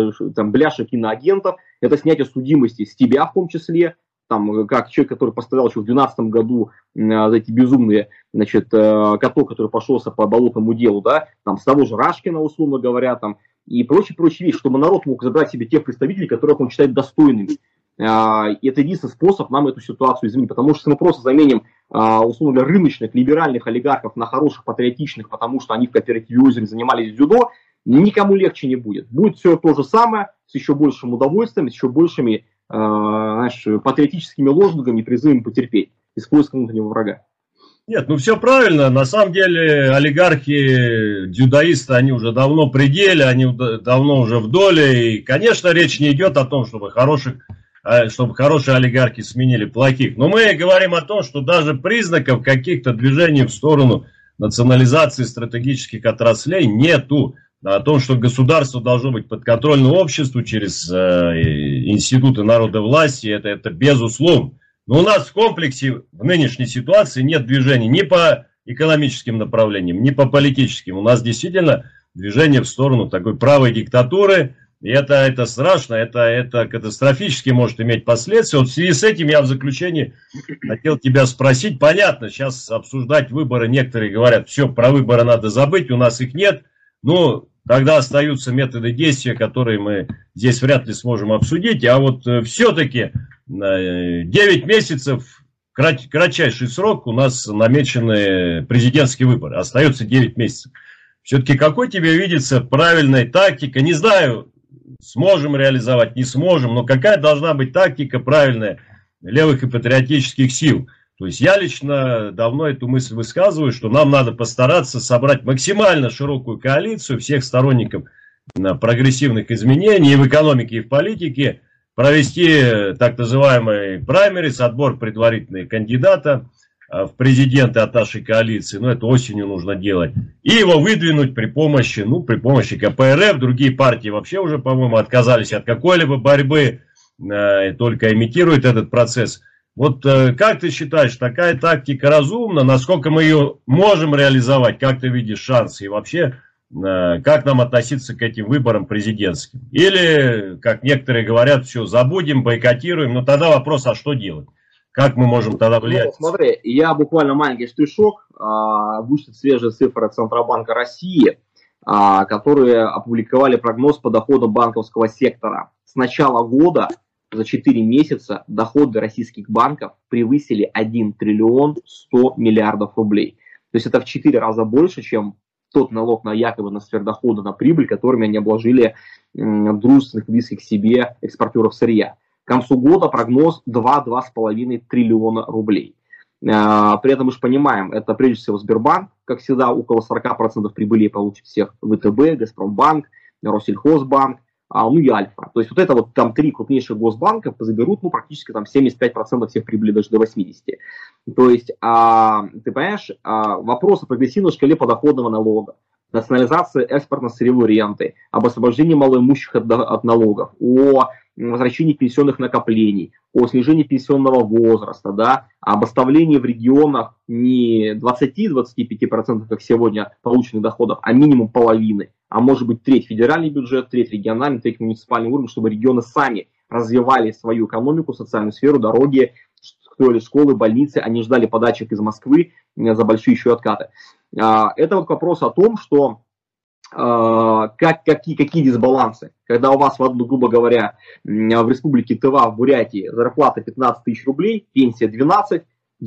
бляшек иноагентов, это снятие судимости с тебя в том числе, там, как человек, который пострадал еще в 2012 году за эти безумные, значит, котов, который пошелся по болотному делу, да, там, с того же Рашкина, условно говоря, там, и прочие вещи, чтобы народ мог забрать себе тех представителей, которых он считает достойными. И это единственный способ нам эту ситуацию изменить, потому что если мы просто заменим, условно говоря, рыночных, либеральных олигархов на хороших, патриотичных, потому что они в кооперативе озере занимались дзюдо, никому легче не будет. Будет все то же самое, с еще большим удовольствием, с еще большими, знаешь, патриотическими лозунгами и призывами потерпеть из поиска внутреннего врага. Нет, ну все правильно. На самом деле олигархи, дзюдоисты, они уже давно в пределе, они давно уже в доле. И, конечно, речь не идет о том, чтобы хорошие олигархи сменили плохих. Но мы говорим о том, что даже признаков каких-то движений в сторону национализации стратегических отраслей нету. О том, что государство должно быть подконтрольно обществу через институты народовластия, это безусловно. Но у нас в комплексе в нынешней ситуации нет движений ни по экономическим направлениям, ни по политическим. У нас действительно движение в сторону такой правой диктатуры. И это страшно, это катастрофически может иметь последствия. Вот в связи с этим я в заключении хотел тебя спросить. Понятно, сейчас обсуждать выборы, некоторые говорят, все, про выборы надо забыть, у нас их нет. Ну, тогда остаются методы действия, которые мы здесь вряд ли сможем обсудить. А вот все-таки 9 месяцев, кратчайший срок, у нас намечены президентские выборы. Остается 9 месяцев. Все-таки какой тебе видится правильная тактика? Не знаю, сможем реализовать, не сможем, но какая должна быть тактика правильная левых и патриотических сил? То есть я лично давно эту мысль высказываю, что нам надо постараться собрать максимально широкую коалицию всех сторонников прогрессивных изменений и в экономике, и в политике, провести так называемый праймерис, отбор предварительного кандидата в президенты от нашей коалиции, но это осенью нужно делать, и его выдвинуть при помощи КПРФ. Другие партии вообще уже, по-моему, отказались от какой-либо борьбы, только имитируют этот процесс. Вот как ты считаешь, такая тактика разумна? Насколько мы ее можем реализовать? Как ты видишь шансы? И вообще, как нам относиться к этим выборам президентским? Или, как некоторые говорят, все, забудем, бойкотируем. Но тогда вопрос, а что делать? Как мы можем тогда влиять? Ну, смотри, я буквально маленький штришок. Вышли свежие цифры Центробанка России, которые опубликовали прогноз по доходам банковского сектора. С начала года за 4 месяца доходы российских банков превысили 1 триллион 100 миллиардов рублей. То есть это в 4 раза больше, чем тот налог на якобы на сверхдоходы, на прибыль, которыми они обложили дружественных, близких к себе экспортеров сырья. К концу года прогноз 2-2,5 триллиона рублей. При этом мы же понимаем, это прежде всего Сбербанк, как всегда, около 40% прибыли получит всех: ВТБ, Газпромбанк, Россельхозбанк, ну и Альфа. То есть вот это вот там 3 крупнейших госбанка заберут практически там 75% всех прибыли, даже до 80%. То есть, ты понимаешь, вопрос о прогрессивной шкале подоходного налога, национализации экспортно-сырьевой ренты, об освобождении малоимущих от налогов, о возвращении пенсионных накоплений, о снижении пенсионного возраста, да, об оставлении в регионах не 20-25%, как сегодня, полученных доходов, а минимум половины, а может быть треть федеральный бюджет, треть региональный, треть муниципальный уровень, чтобы регионы сами развивали свою экономику, социальную сферу, дороги, строили школы, больницы, они ждали подачек из Москвы за большие еще откаты. Это вот вопрос о том, что какие дисбалансы, когда у вас, грубо говоря, в республике Тыва, в Бурятии зарплата 15 тысяч рублей, пенсия 12,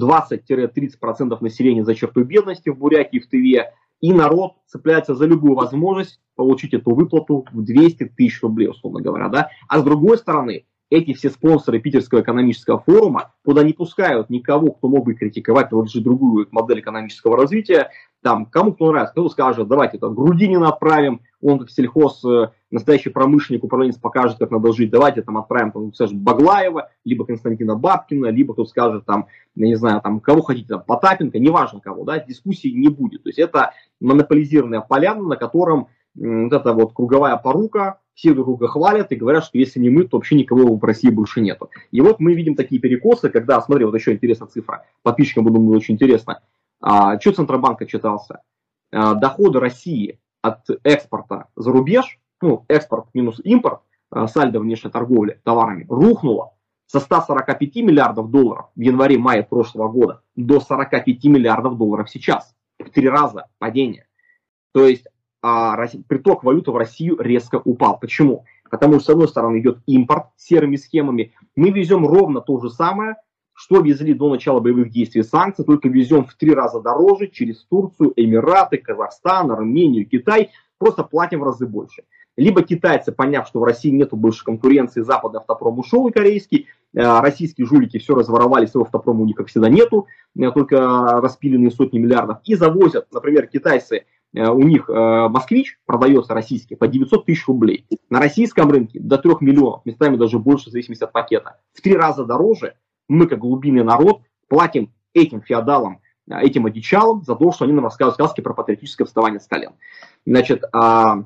20-30% населения за чертой бедности в Бурятии, в Тыве, и народ цепляется за любую возможность получить эту выплату в 200 тысяч рублей, условно говоря, да. А с другой стороны, эти все спонсоры Питерского экономического форума, куда не пускают никого, кто мог бы критиковать, предложить другую модель экономического развития. Там, кому кто нравится, кто скажет, давайте там Грудинина отправим, он как сельхоз, настоящий промышленник, управленец покажет, как надо жить, давайте там отправим, там, скажет, Баглаева, либо Константина Бабкина, либо кто скажет, там, я не знаю, там, кого хотите, там, Потапенко, неважно кого, да, дискуссий не будет. То есть это монополизированная поляна, на котором вот эта вот круговая порука, все друг друга хвалят и говорят, что если не мы, то вообще никого в России больше нету. И вот мы видим такие перекосы, когда, смотри, вот еще интересная цифра, подписчикам, думаю, очень интересно. Что Центробанк отчитался? Доходы России от экспорта за рубеж, ну, экспорт минус импорт, сальдо внешней торговли товарами, рухнуло со 145 миллиардов долларов в январе-мае прошлого года до 45 миллиардов долларов сейчас. В 3 раза падение. То есть приток валюты в Россию резко упал. Почему? Потому что, с одной стороны, идет импорт серыми схемами. Мы везем ровно то же самое, что везли до начала боевых действий санкций, только везем в 3 раза дороже через Турцию, Эмираты, Казахстан, Армению, Китай. Просто платим в разы больше. Либо китайцы, поняв, что в России нету больше конкуренции, западный автопром ушел и корейский, российские жулики все разворовали, своего автопрома у них, как всегда, нету, только распиленные сотни миллиардов, и завозят, например, китайцы, у них «Москвич» продается российский по 900 тысяч рублей. На российском рынке до 3 миллионов, местами даже больше, в зависимости от пакета. В 3 раза дороже мы, как глубинный народ, платим этим феодалам, этим одичалам за то, что они нам рассказывают сказки про патриотическое вставание с колен. Значит, а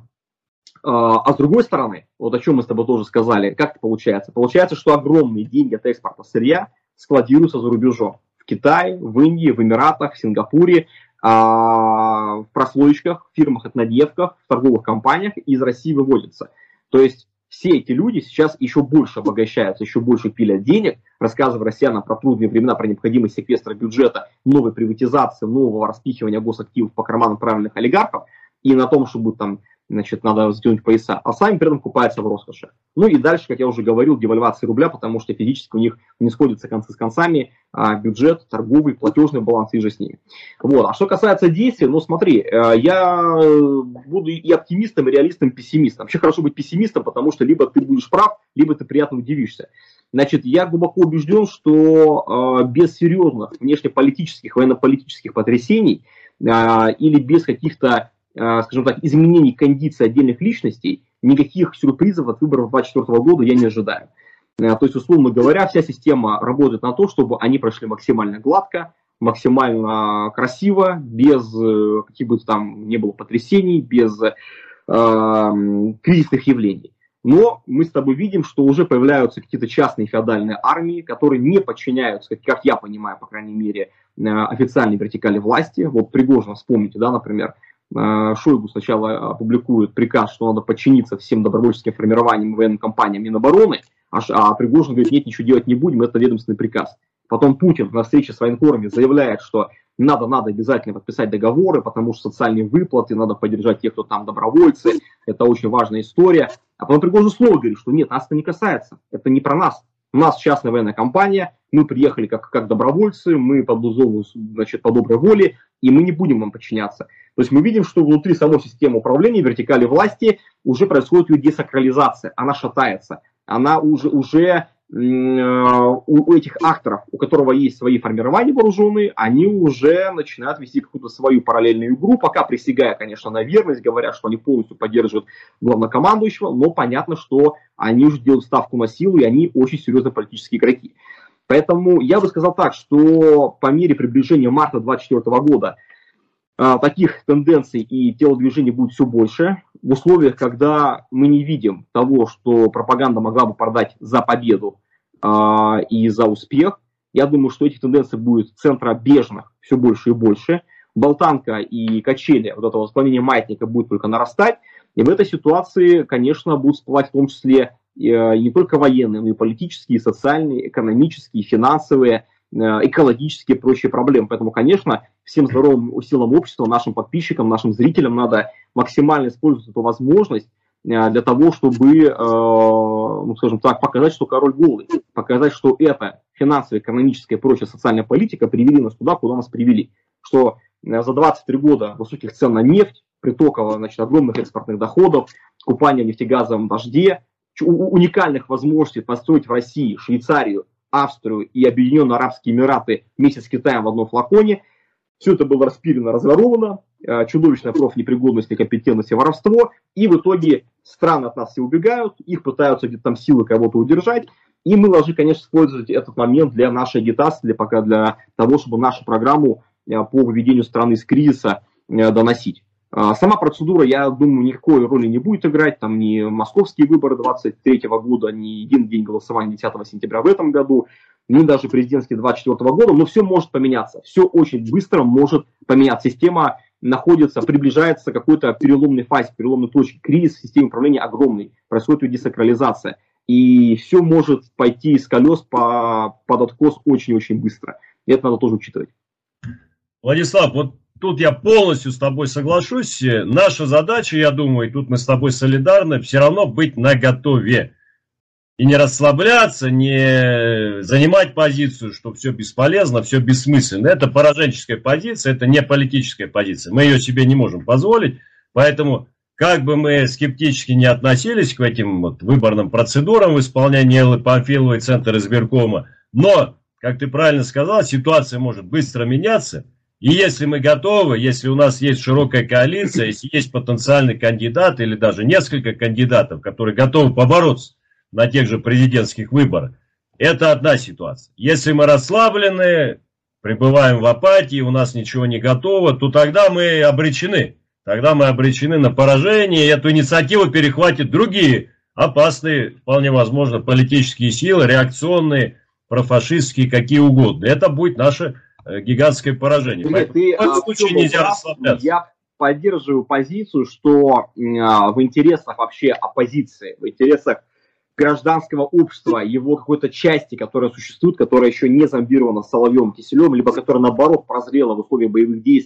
с другой стороны, вот о чем мы с тобой тоже сказали, как это получается? Получается, что огромные деньги от экспорта сырья складируются за рубежом. В Китае, в Индии, в Эмиратах, в Сингапуре, в прослоечках, в фирмах-однодневках, в торговых компаниях из России выводятся. То есть все эти люди сейчас еще больше обогащаются, еще больше пилят денег, рассказывая россиянам про трудные времена, про необходимость секвестра бюджета, новой приватизации, нового распихивания госактивов по карманам правильных олигархов, и на том, чтобы там значит, надо затянуть пояса, а сами при этом купаются в роскоши. Ну и дальше, как я уже говорил, девальвация рубля, потому что физически у них не сходятся концы с концами, бюджет, торговый, платежный баланс и же с ними. Вот. А что касается действий, ну смотри, я буду и оптимистом, и реалистом, и пессимистом. Вообще хорошо быть пессимистом, потому что либо ты будешь прав, либо ты приятно удивишься. Значит, я глубоко убежден, что без серьезных внешнеполитических, военно-политических потрясений или без каких-то, скажем так, изменений кондиций отдельных личностей, никаких сюрпризов от выборов 2024 года я не ожидаю. То есть, условно говоря, вся система работает на то, чтобы они прошли максимально гладко, максимально красиво, без каких бы там ни было потрясений, без кризисных явлений. Но мы с тобой видим, что уже появляются какие-то частные феодальные армии, которые не подчиняются, как я понимаю, по крайней мере, официальной вертикали власти. Вот Пригожина, вспомните, да, например, Шойгу сначала опубликует приказ, что надо подчиниться всем добровольческим формированиям и военным компаниям Минобороны, а Пригожин говорит, нет, ничего делать не будем, это ведомственный приказ. Потом Путин на встрече с военкорами заявляет, что надо обязательно подписать договоры, потому что социальные выплаты, надо поддержать тех, кто там добровольцы, это очень важная история. А потом Пригожин снова говорит, что нет, нас это не касается, это не про нас. У нас частная военная компания, мы приехали как добровольцы, мы по зову, значит, по доброй воле, и мы не будем вам подчиняться. То есть мы видим, что внутри самой системы управления, вертикали власти уже происходит ее десакрализация, она шатается, она уже у этих акторов, у которого есть свои формирования вооруженные, они уже начинают вести какую-то свою параллельную игру, пока присягая, конечно, на верность, говорят, что они полностью поддерживают главнокомандующего, но понятно, что они уже делают ставку на силу, и они очень серьезные политические игроки. Поэтому я бы сказал так, что по мере приближения марта 2024 года таких тенденций и телодвижений будет все больше. В условиях, когда мы не видим того, что пропаганда могла бы продать за победу и за успех, я думаю, что этих тенденций будет центробежных все больше и больше. Болтанка и качели, вот это воспламенение маятника будет только нарастать. И в этой ситуации, конечно, будут всплывать в том числе и не только военные, но и политические, социальные, экономические, финансовые, экологические и прочие проблемы. Поэтому, конечно, всем здоровым силам общества, нашим подписчикам, нашим зрителям надо максимально использовать эту возможность для того, чтобы, ну, скажем так, показать, что король голый, показать, что эта финансовая, экономическая и прочая социальная политика привели нас туда, куда нас привели. Что за 23 года высоких цен на нефть, притоков, значит, огромных экспортных доходов, купания в нефтегазовом дожде, уникальных возможностей построить в России, Швейцарию, Австрию и Объединенные Арабские Эмираты вместе с Китаем в одном флаконе. Все это было распилено, разворовано, чудовищная профнепригодность, некомпетентность и воровство. И в итоге страны от нас все убегают, их пытаются где-то там силы кого-то удержать. И мы должны, конечно, использовать этот момент для нашей агитации, для того, чтобы нашу программу по выведению страны из кризиса доносить. Сама процедура, я думаю, никакой роли не будет играть. Там ни московские выборы 23 года, ни един день голосования 10 сентября в этом году, ни даже президентские 24 года. Но все может поменяться. Все очень быстро может поменяться. Система находится, приближается к какой-то переломной фазе, переломной точке. Кризис в системе управления огромный. Происходит ее десакрализация. И все может пойти с колес под откос очень-очень быстро. И это надо тоже учитывать. Владислав, вот тут я полностью с тобой соглашусь. Наша задача, я думаю, и тут мы с тобой солидарны, все равно быть наготове. И не расслабляться, не занимать позицию, что все бесполезно, все бессмысленно. Это пораженческая позиция, это не политическая позиция. Мы ее себе не можем позволить. Поэтому, как бы мы скептически не относились к этим вот выборным процедурам в исполнении Эллы Памфиловой, Центра избиркома, но, как ты правильно сказал, ситуация может быстро меняться. И если мы готовы, если у нас есть широкая коалиция, если есть потенциальный кандидат или даже несколько кандидатов, которые готовы побороться на тех же президентских выборах, это одна ситуация. Если мы расслаблены, пребываем в апатии, у нас ничего не готово, то тогда мы обречены. Тогда мы обречены на поражение, и эту инициативу перехватят другие опасные, вполне возможно, политические силы, реакционные, профашистские, какие угодно. Это будет наше гигантское поражение. Ты, в этом случае нельзя расслабляться. Я поддерживаю позицию, что в интересах вообще оппозиции, в интересах гражданского общества, его какой-то части, которая существует, которая еще не зомбирована Соловьем, Киселевым, либо которая, наоборот, прозрела в условиях боевых действий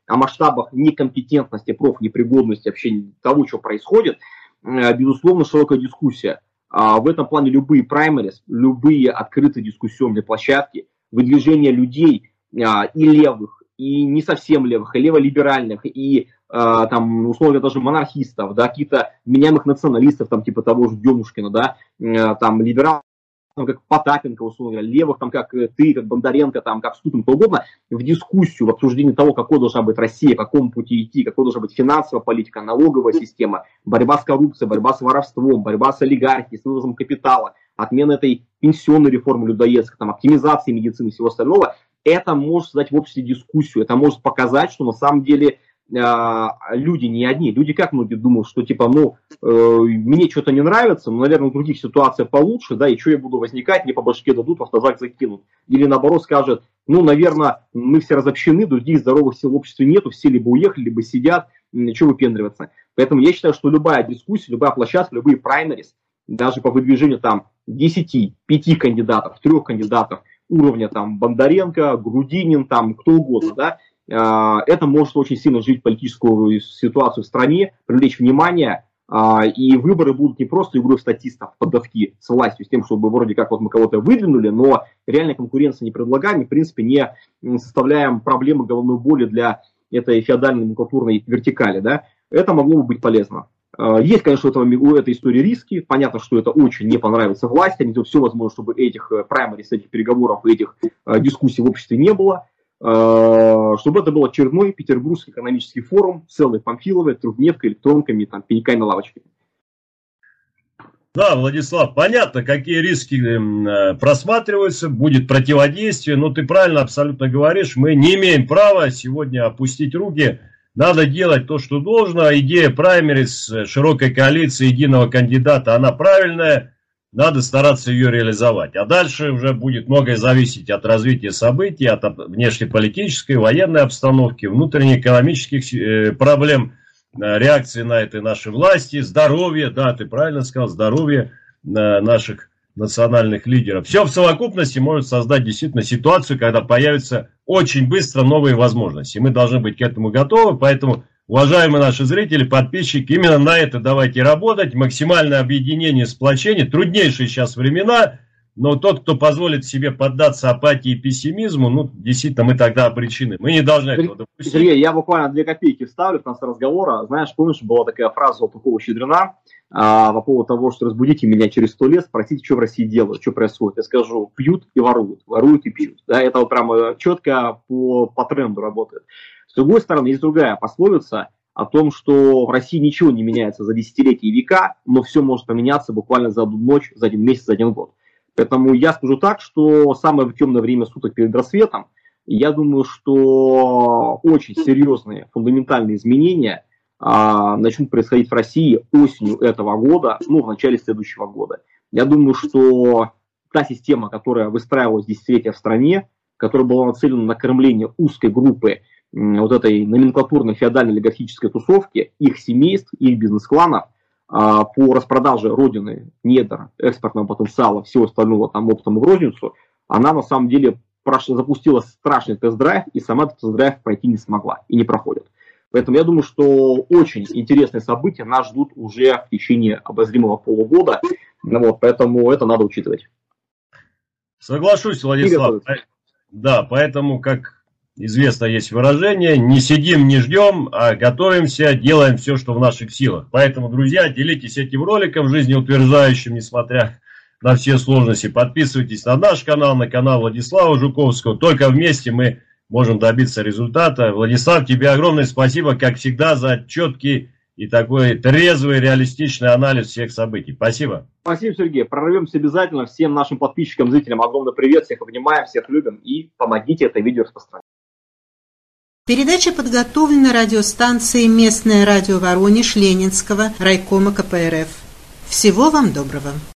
о масштабах некомпетентности, профнепригодности вообще того, что происходит, безусловно, широкая дискуссия. В этом плане любые праймерис, любые открытые дискуссионные площадки, выдвижение людей и левых, и не совсем левых, и леволиберальных, и там, условия даже монархистов, да, каких-то меняемых националистов, там, типа того же Демушкина, да, там, либералов, как Потапенко, условно говоря, левых, там, как ты, как Бондаренко, там, как Ступин, кто угодно, в дискуссию, в обсуждении того, какой должна быть Россия, по какому пути идти, какой должна быть финансовая политика, налоговая система, борьба с коррупцией, борьба с воровством, борьба с олигархией, с вывозом капитала, отмена этой пенсионной реформы людоедской, там, оптимизации медицины и всего остального, это может создать в обществе дискуссию, это может показать, что на самом деле люди не одни. Люди как многие думают, что типа, мне что-то не нравится, но, наверное, в других ситуациях получше, да, и что я буду возникать, мне по башке дадут, в автозак закинут. Или наоборот скажут, наверное, мы все разобщены, других здоровых сил в обществе нету, все либо уехали, либо сидят, что выпендриваться. Поэтому я считаю, что любая дискуссия, любая площадка, любые праймерис, даже по выдвижению там 10, 5 кандидатов, 3 кандидатов уровня там Бондаренко, Грудинин, там кто угодно, да, это может очень сильно сжечь политическую ситуацию в стране, привлечь внимание, и выборы будут не просто игрой статистов, поддавки с властью, с тем, чтобы вроде как вот мы кого-то выдвинули, но реальной конкуренции не предлагаем, и в принципе не составляем проблемы головной боли для этой феодальной номенклатурной вертикали, да, это могло бы быть полезно. Есть, конечно, у этой истории риски, понятно, что это очень не понравится власти, они делают все возможное, чтобы этих праймерис, этих переговоров, этих дискуссий в обществе не было, чтобы это был очередной Петербургский экономический форум, целый Памфиловой, трехдневкой, электронками, там, пеньками, лавочками. Да, Владислав, понятно, какие риски просматриваются, будет противодействие, но ты правильно абсолютно говоришь, мы не имеем права сегодня опустить руки, надо делать то, что должно, идея праймерис, широкой коалиции, единого кандидата, она правильная, надо стараться ее реализовать. А дальше уже будет многое зависеть от развития событий, от внешнеполитической, военной обстановки, внутреннеэкономических проблем, реакции на это нашей власти, здоровья, да, ты правильно сказал, здоровье наших национальных лидеров. Все в совокупности может создать действительно ситуацию, когда появятся очень быстро новые возможности. Мы должны быть к этому готовы, поэтому, уважаемые наши зрители, подписчики, именно на это давайте работать. Максимальное объединение, сплочение. Труднейшие сейчас времена, но тот, кто позволит себе поддаться апатии и пессимизму, действительно, мы тогда обречены. Мы не должны этого допустить. Сергей, я буквально 2 копейки вставлю в конце разговора. Знаешь, помнишь, была такая фраза у Тухова-Щедрина по поводу того, что разбудите меня через 100 лет, спросите, что в России делают, что происходит. Я скажу, пьют и воруют, воруют и пьют. Да, это вот прямо четко по тренду работает. С другой стороны, есть другая пословица о том, что в России ничего не меняется за десятилетия и века, но все может поменяться буквально за одну ночь, за 1 месяц, за 1 год. Поэтому я скажу так, что самое темное время суток перед рассветом, я думаю, что очень серьезные фундаментальные изменения начнут происходить в России осенью этого года, в начале следующего года. Я думаю, что та система, которая выстраивалась десятилетия в стране, которая была нацелена на кормление узкой группы вот этой номенклатурной феодальной олигархической тусовки, их семейств, их бизнес-кланов, по распродаже родины, недр, экспортного потенциала, всего остального там оптом в розницу, она на самом деле запустила страшный тест-драйв, и сама этот тест-драйв пройти не смогла и не проходит. Поэтому я думаю, что очень интересные события нас ждут уже в течение обозримого полугода, поэтому это надо учитывать. Соглашусь, Владислав. Да, поэтому, как известно, есть выражение, не сидим, не ждем, а готовимся, делаем все, что в наших силах. Поэтому, друзья, делитесь этим роликом жизнеутверждающим, несмотря на все сложности. Подписывайтесь на наш канал, на канал Владислава Жуковского. Только вместе мы можем добиться результата. Владислав, тебе огромное спасибо, как всегда, за четкий и такой трезвый, реалистичный анализ всех событий. Спасибо. Спасибо, Сергей. Прорвемся обязательно. Всем нашим подписчикам, зрителям огромный привет. Всех обнимаем, всех любим. И помогите это видео распространять. Передача подготовлена радиостанцией «Местное радио Воронеж» Ленинского райкома КПРФ. Всего вам доброго.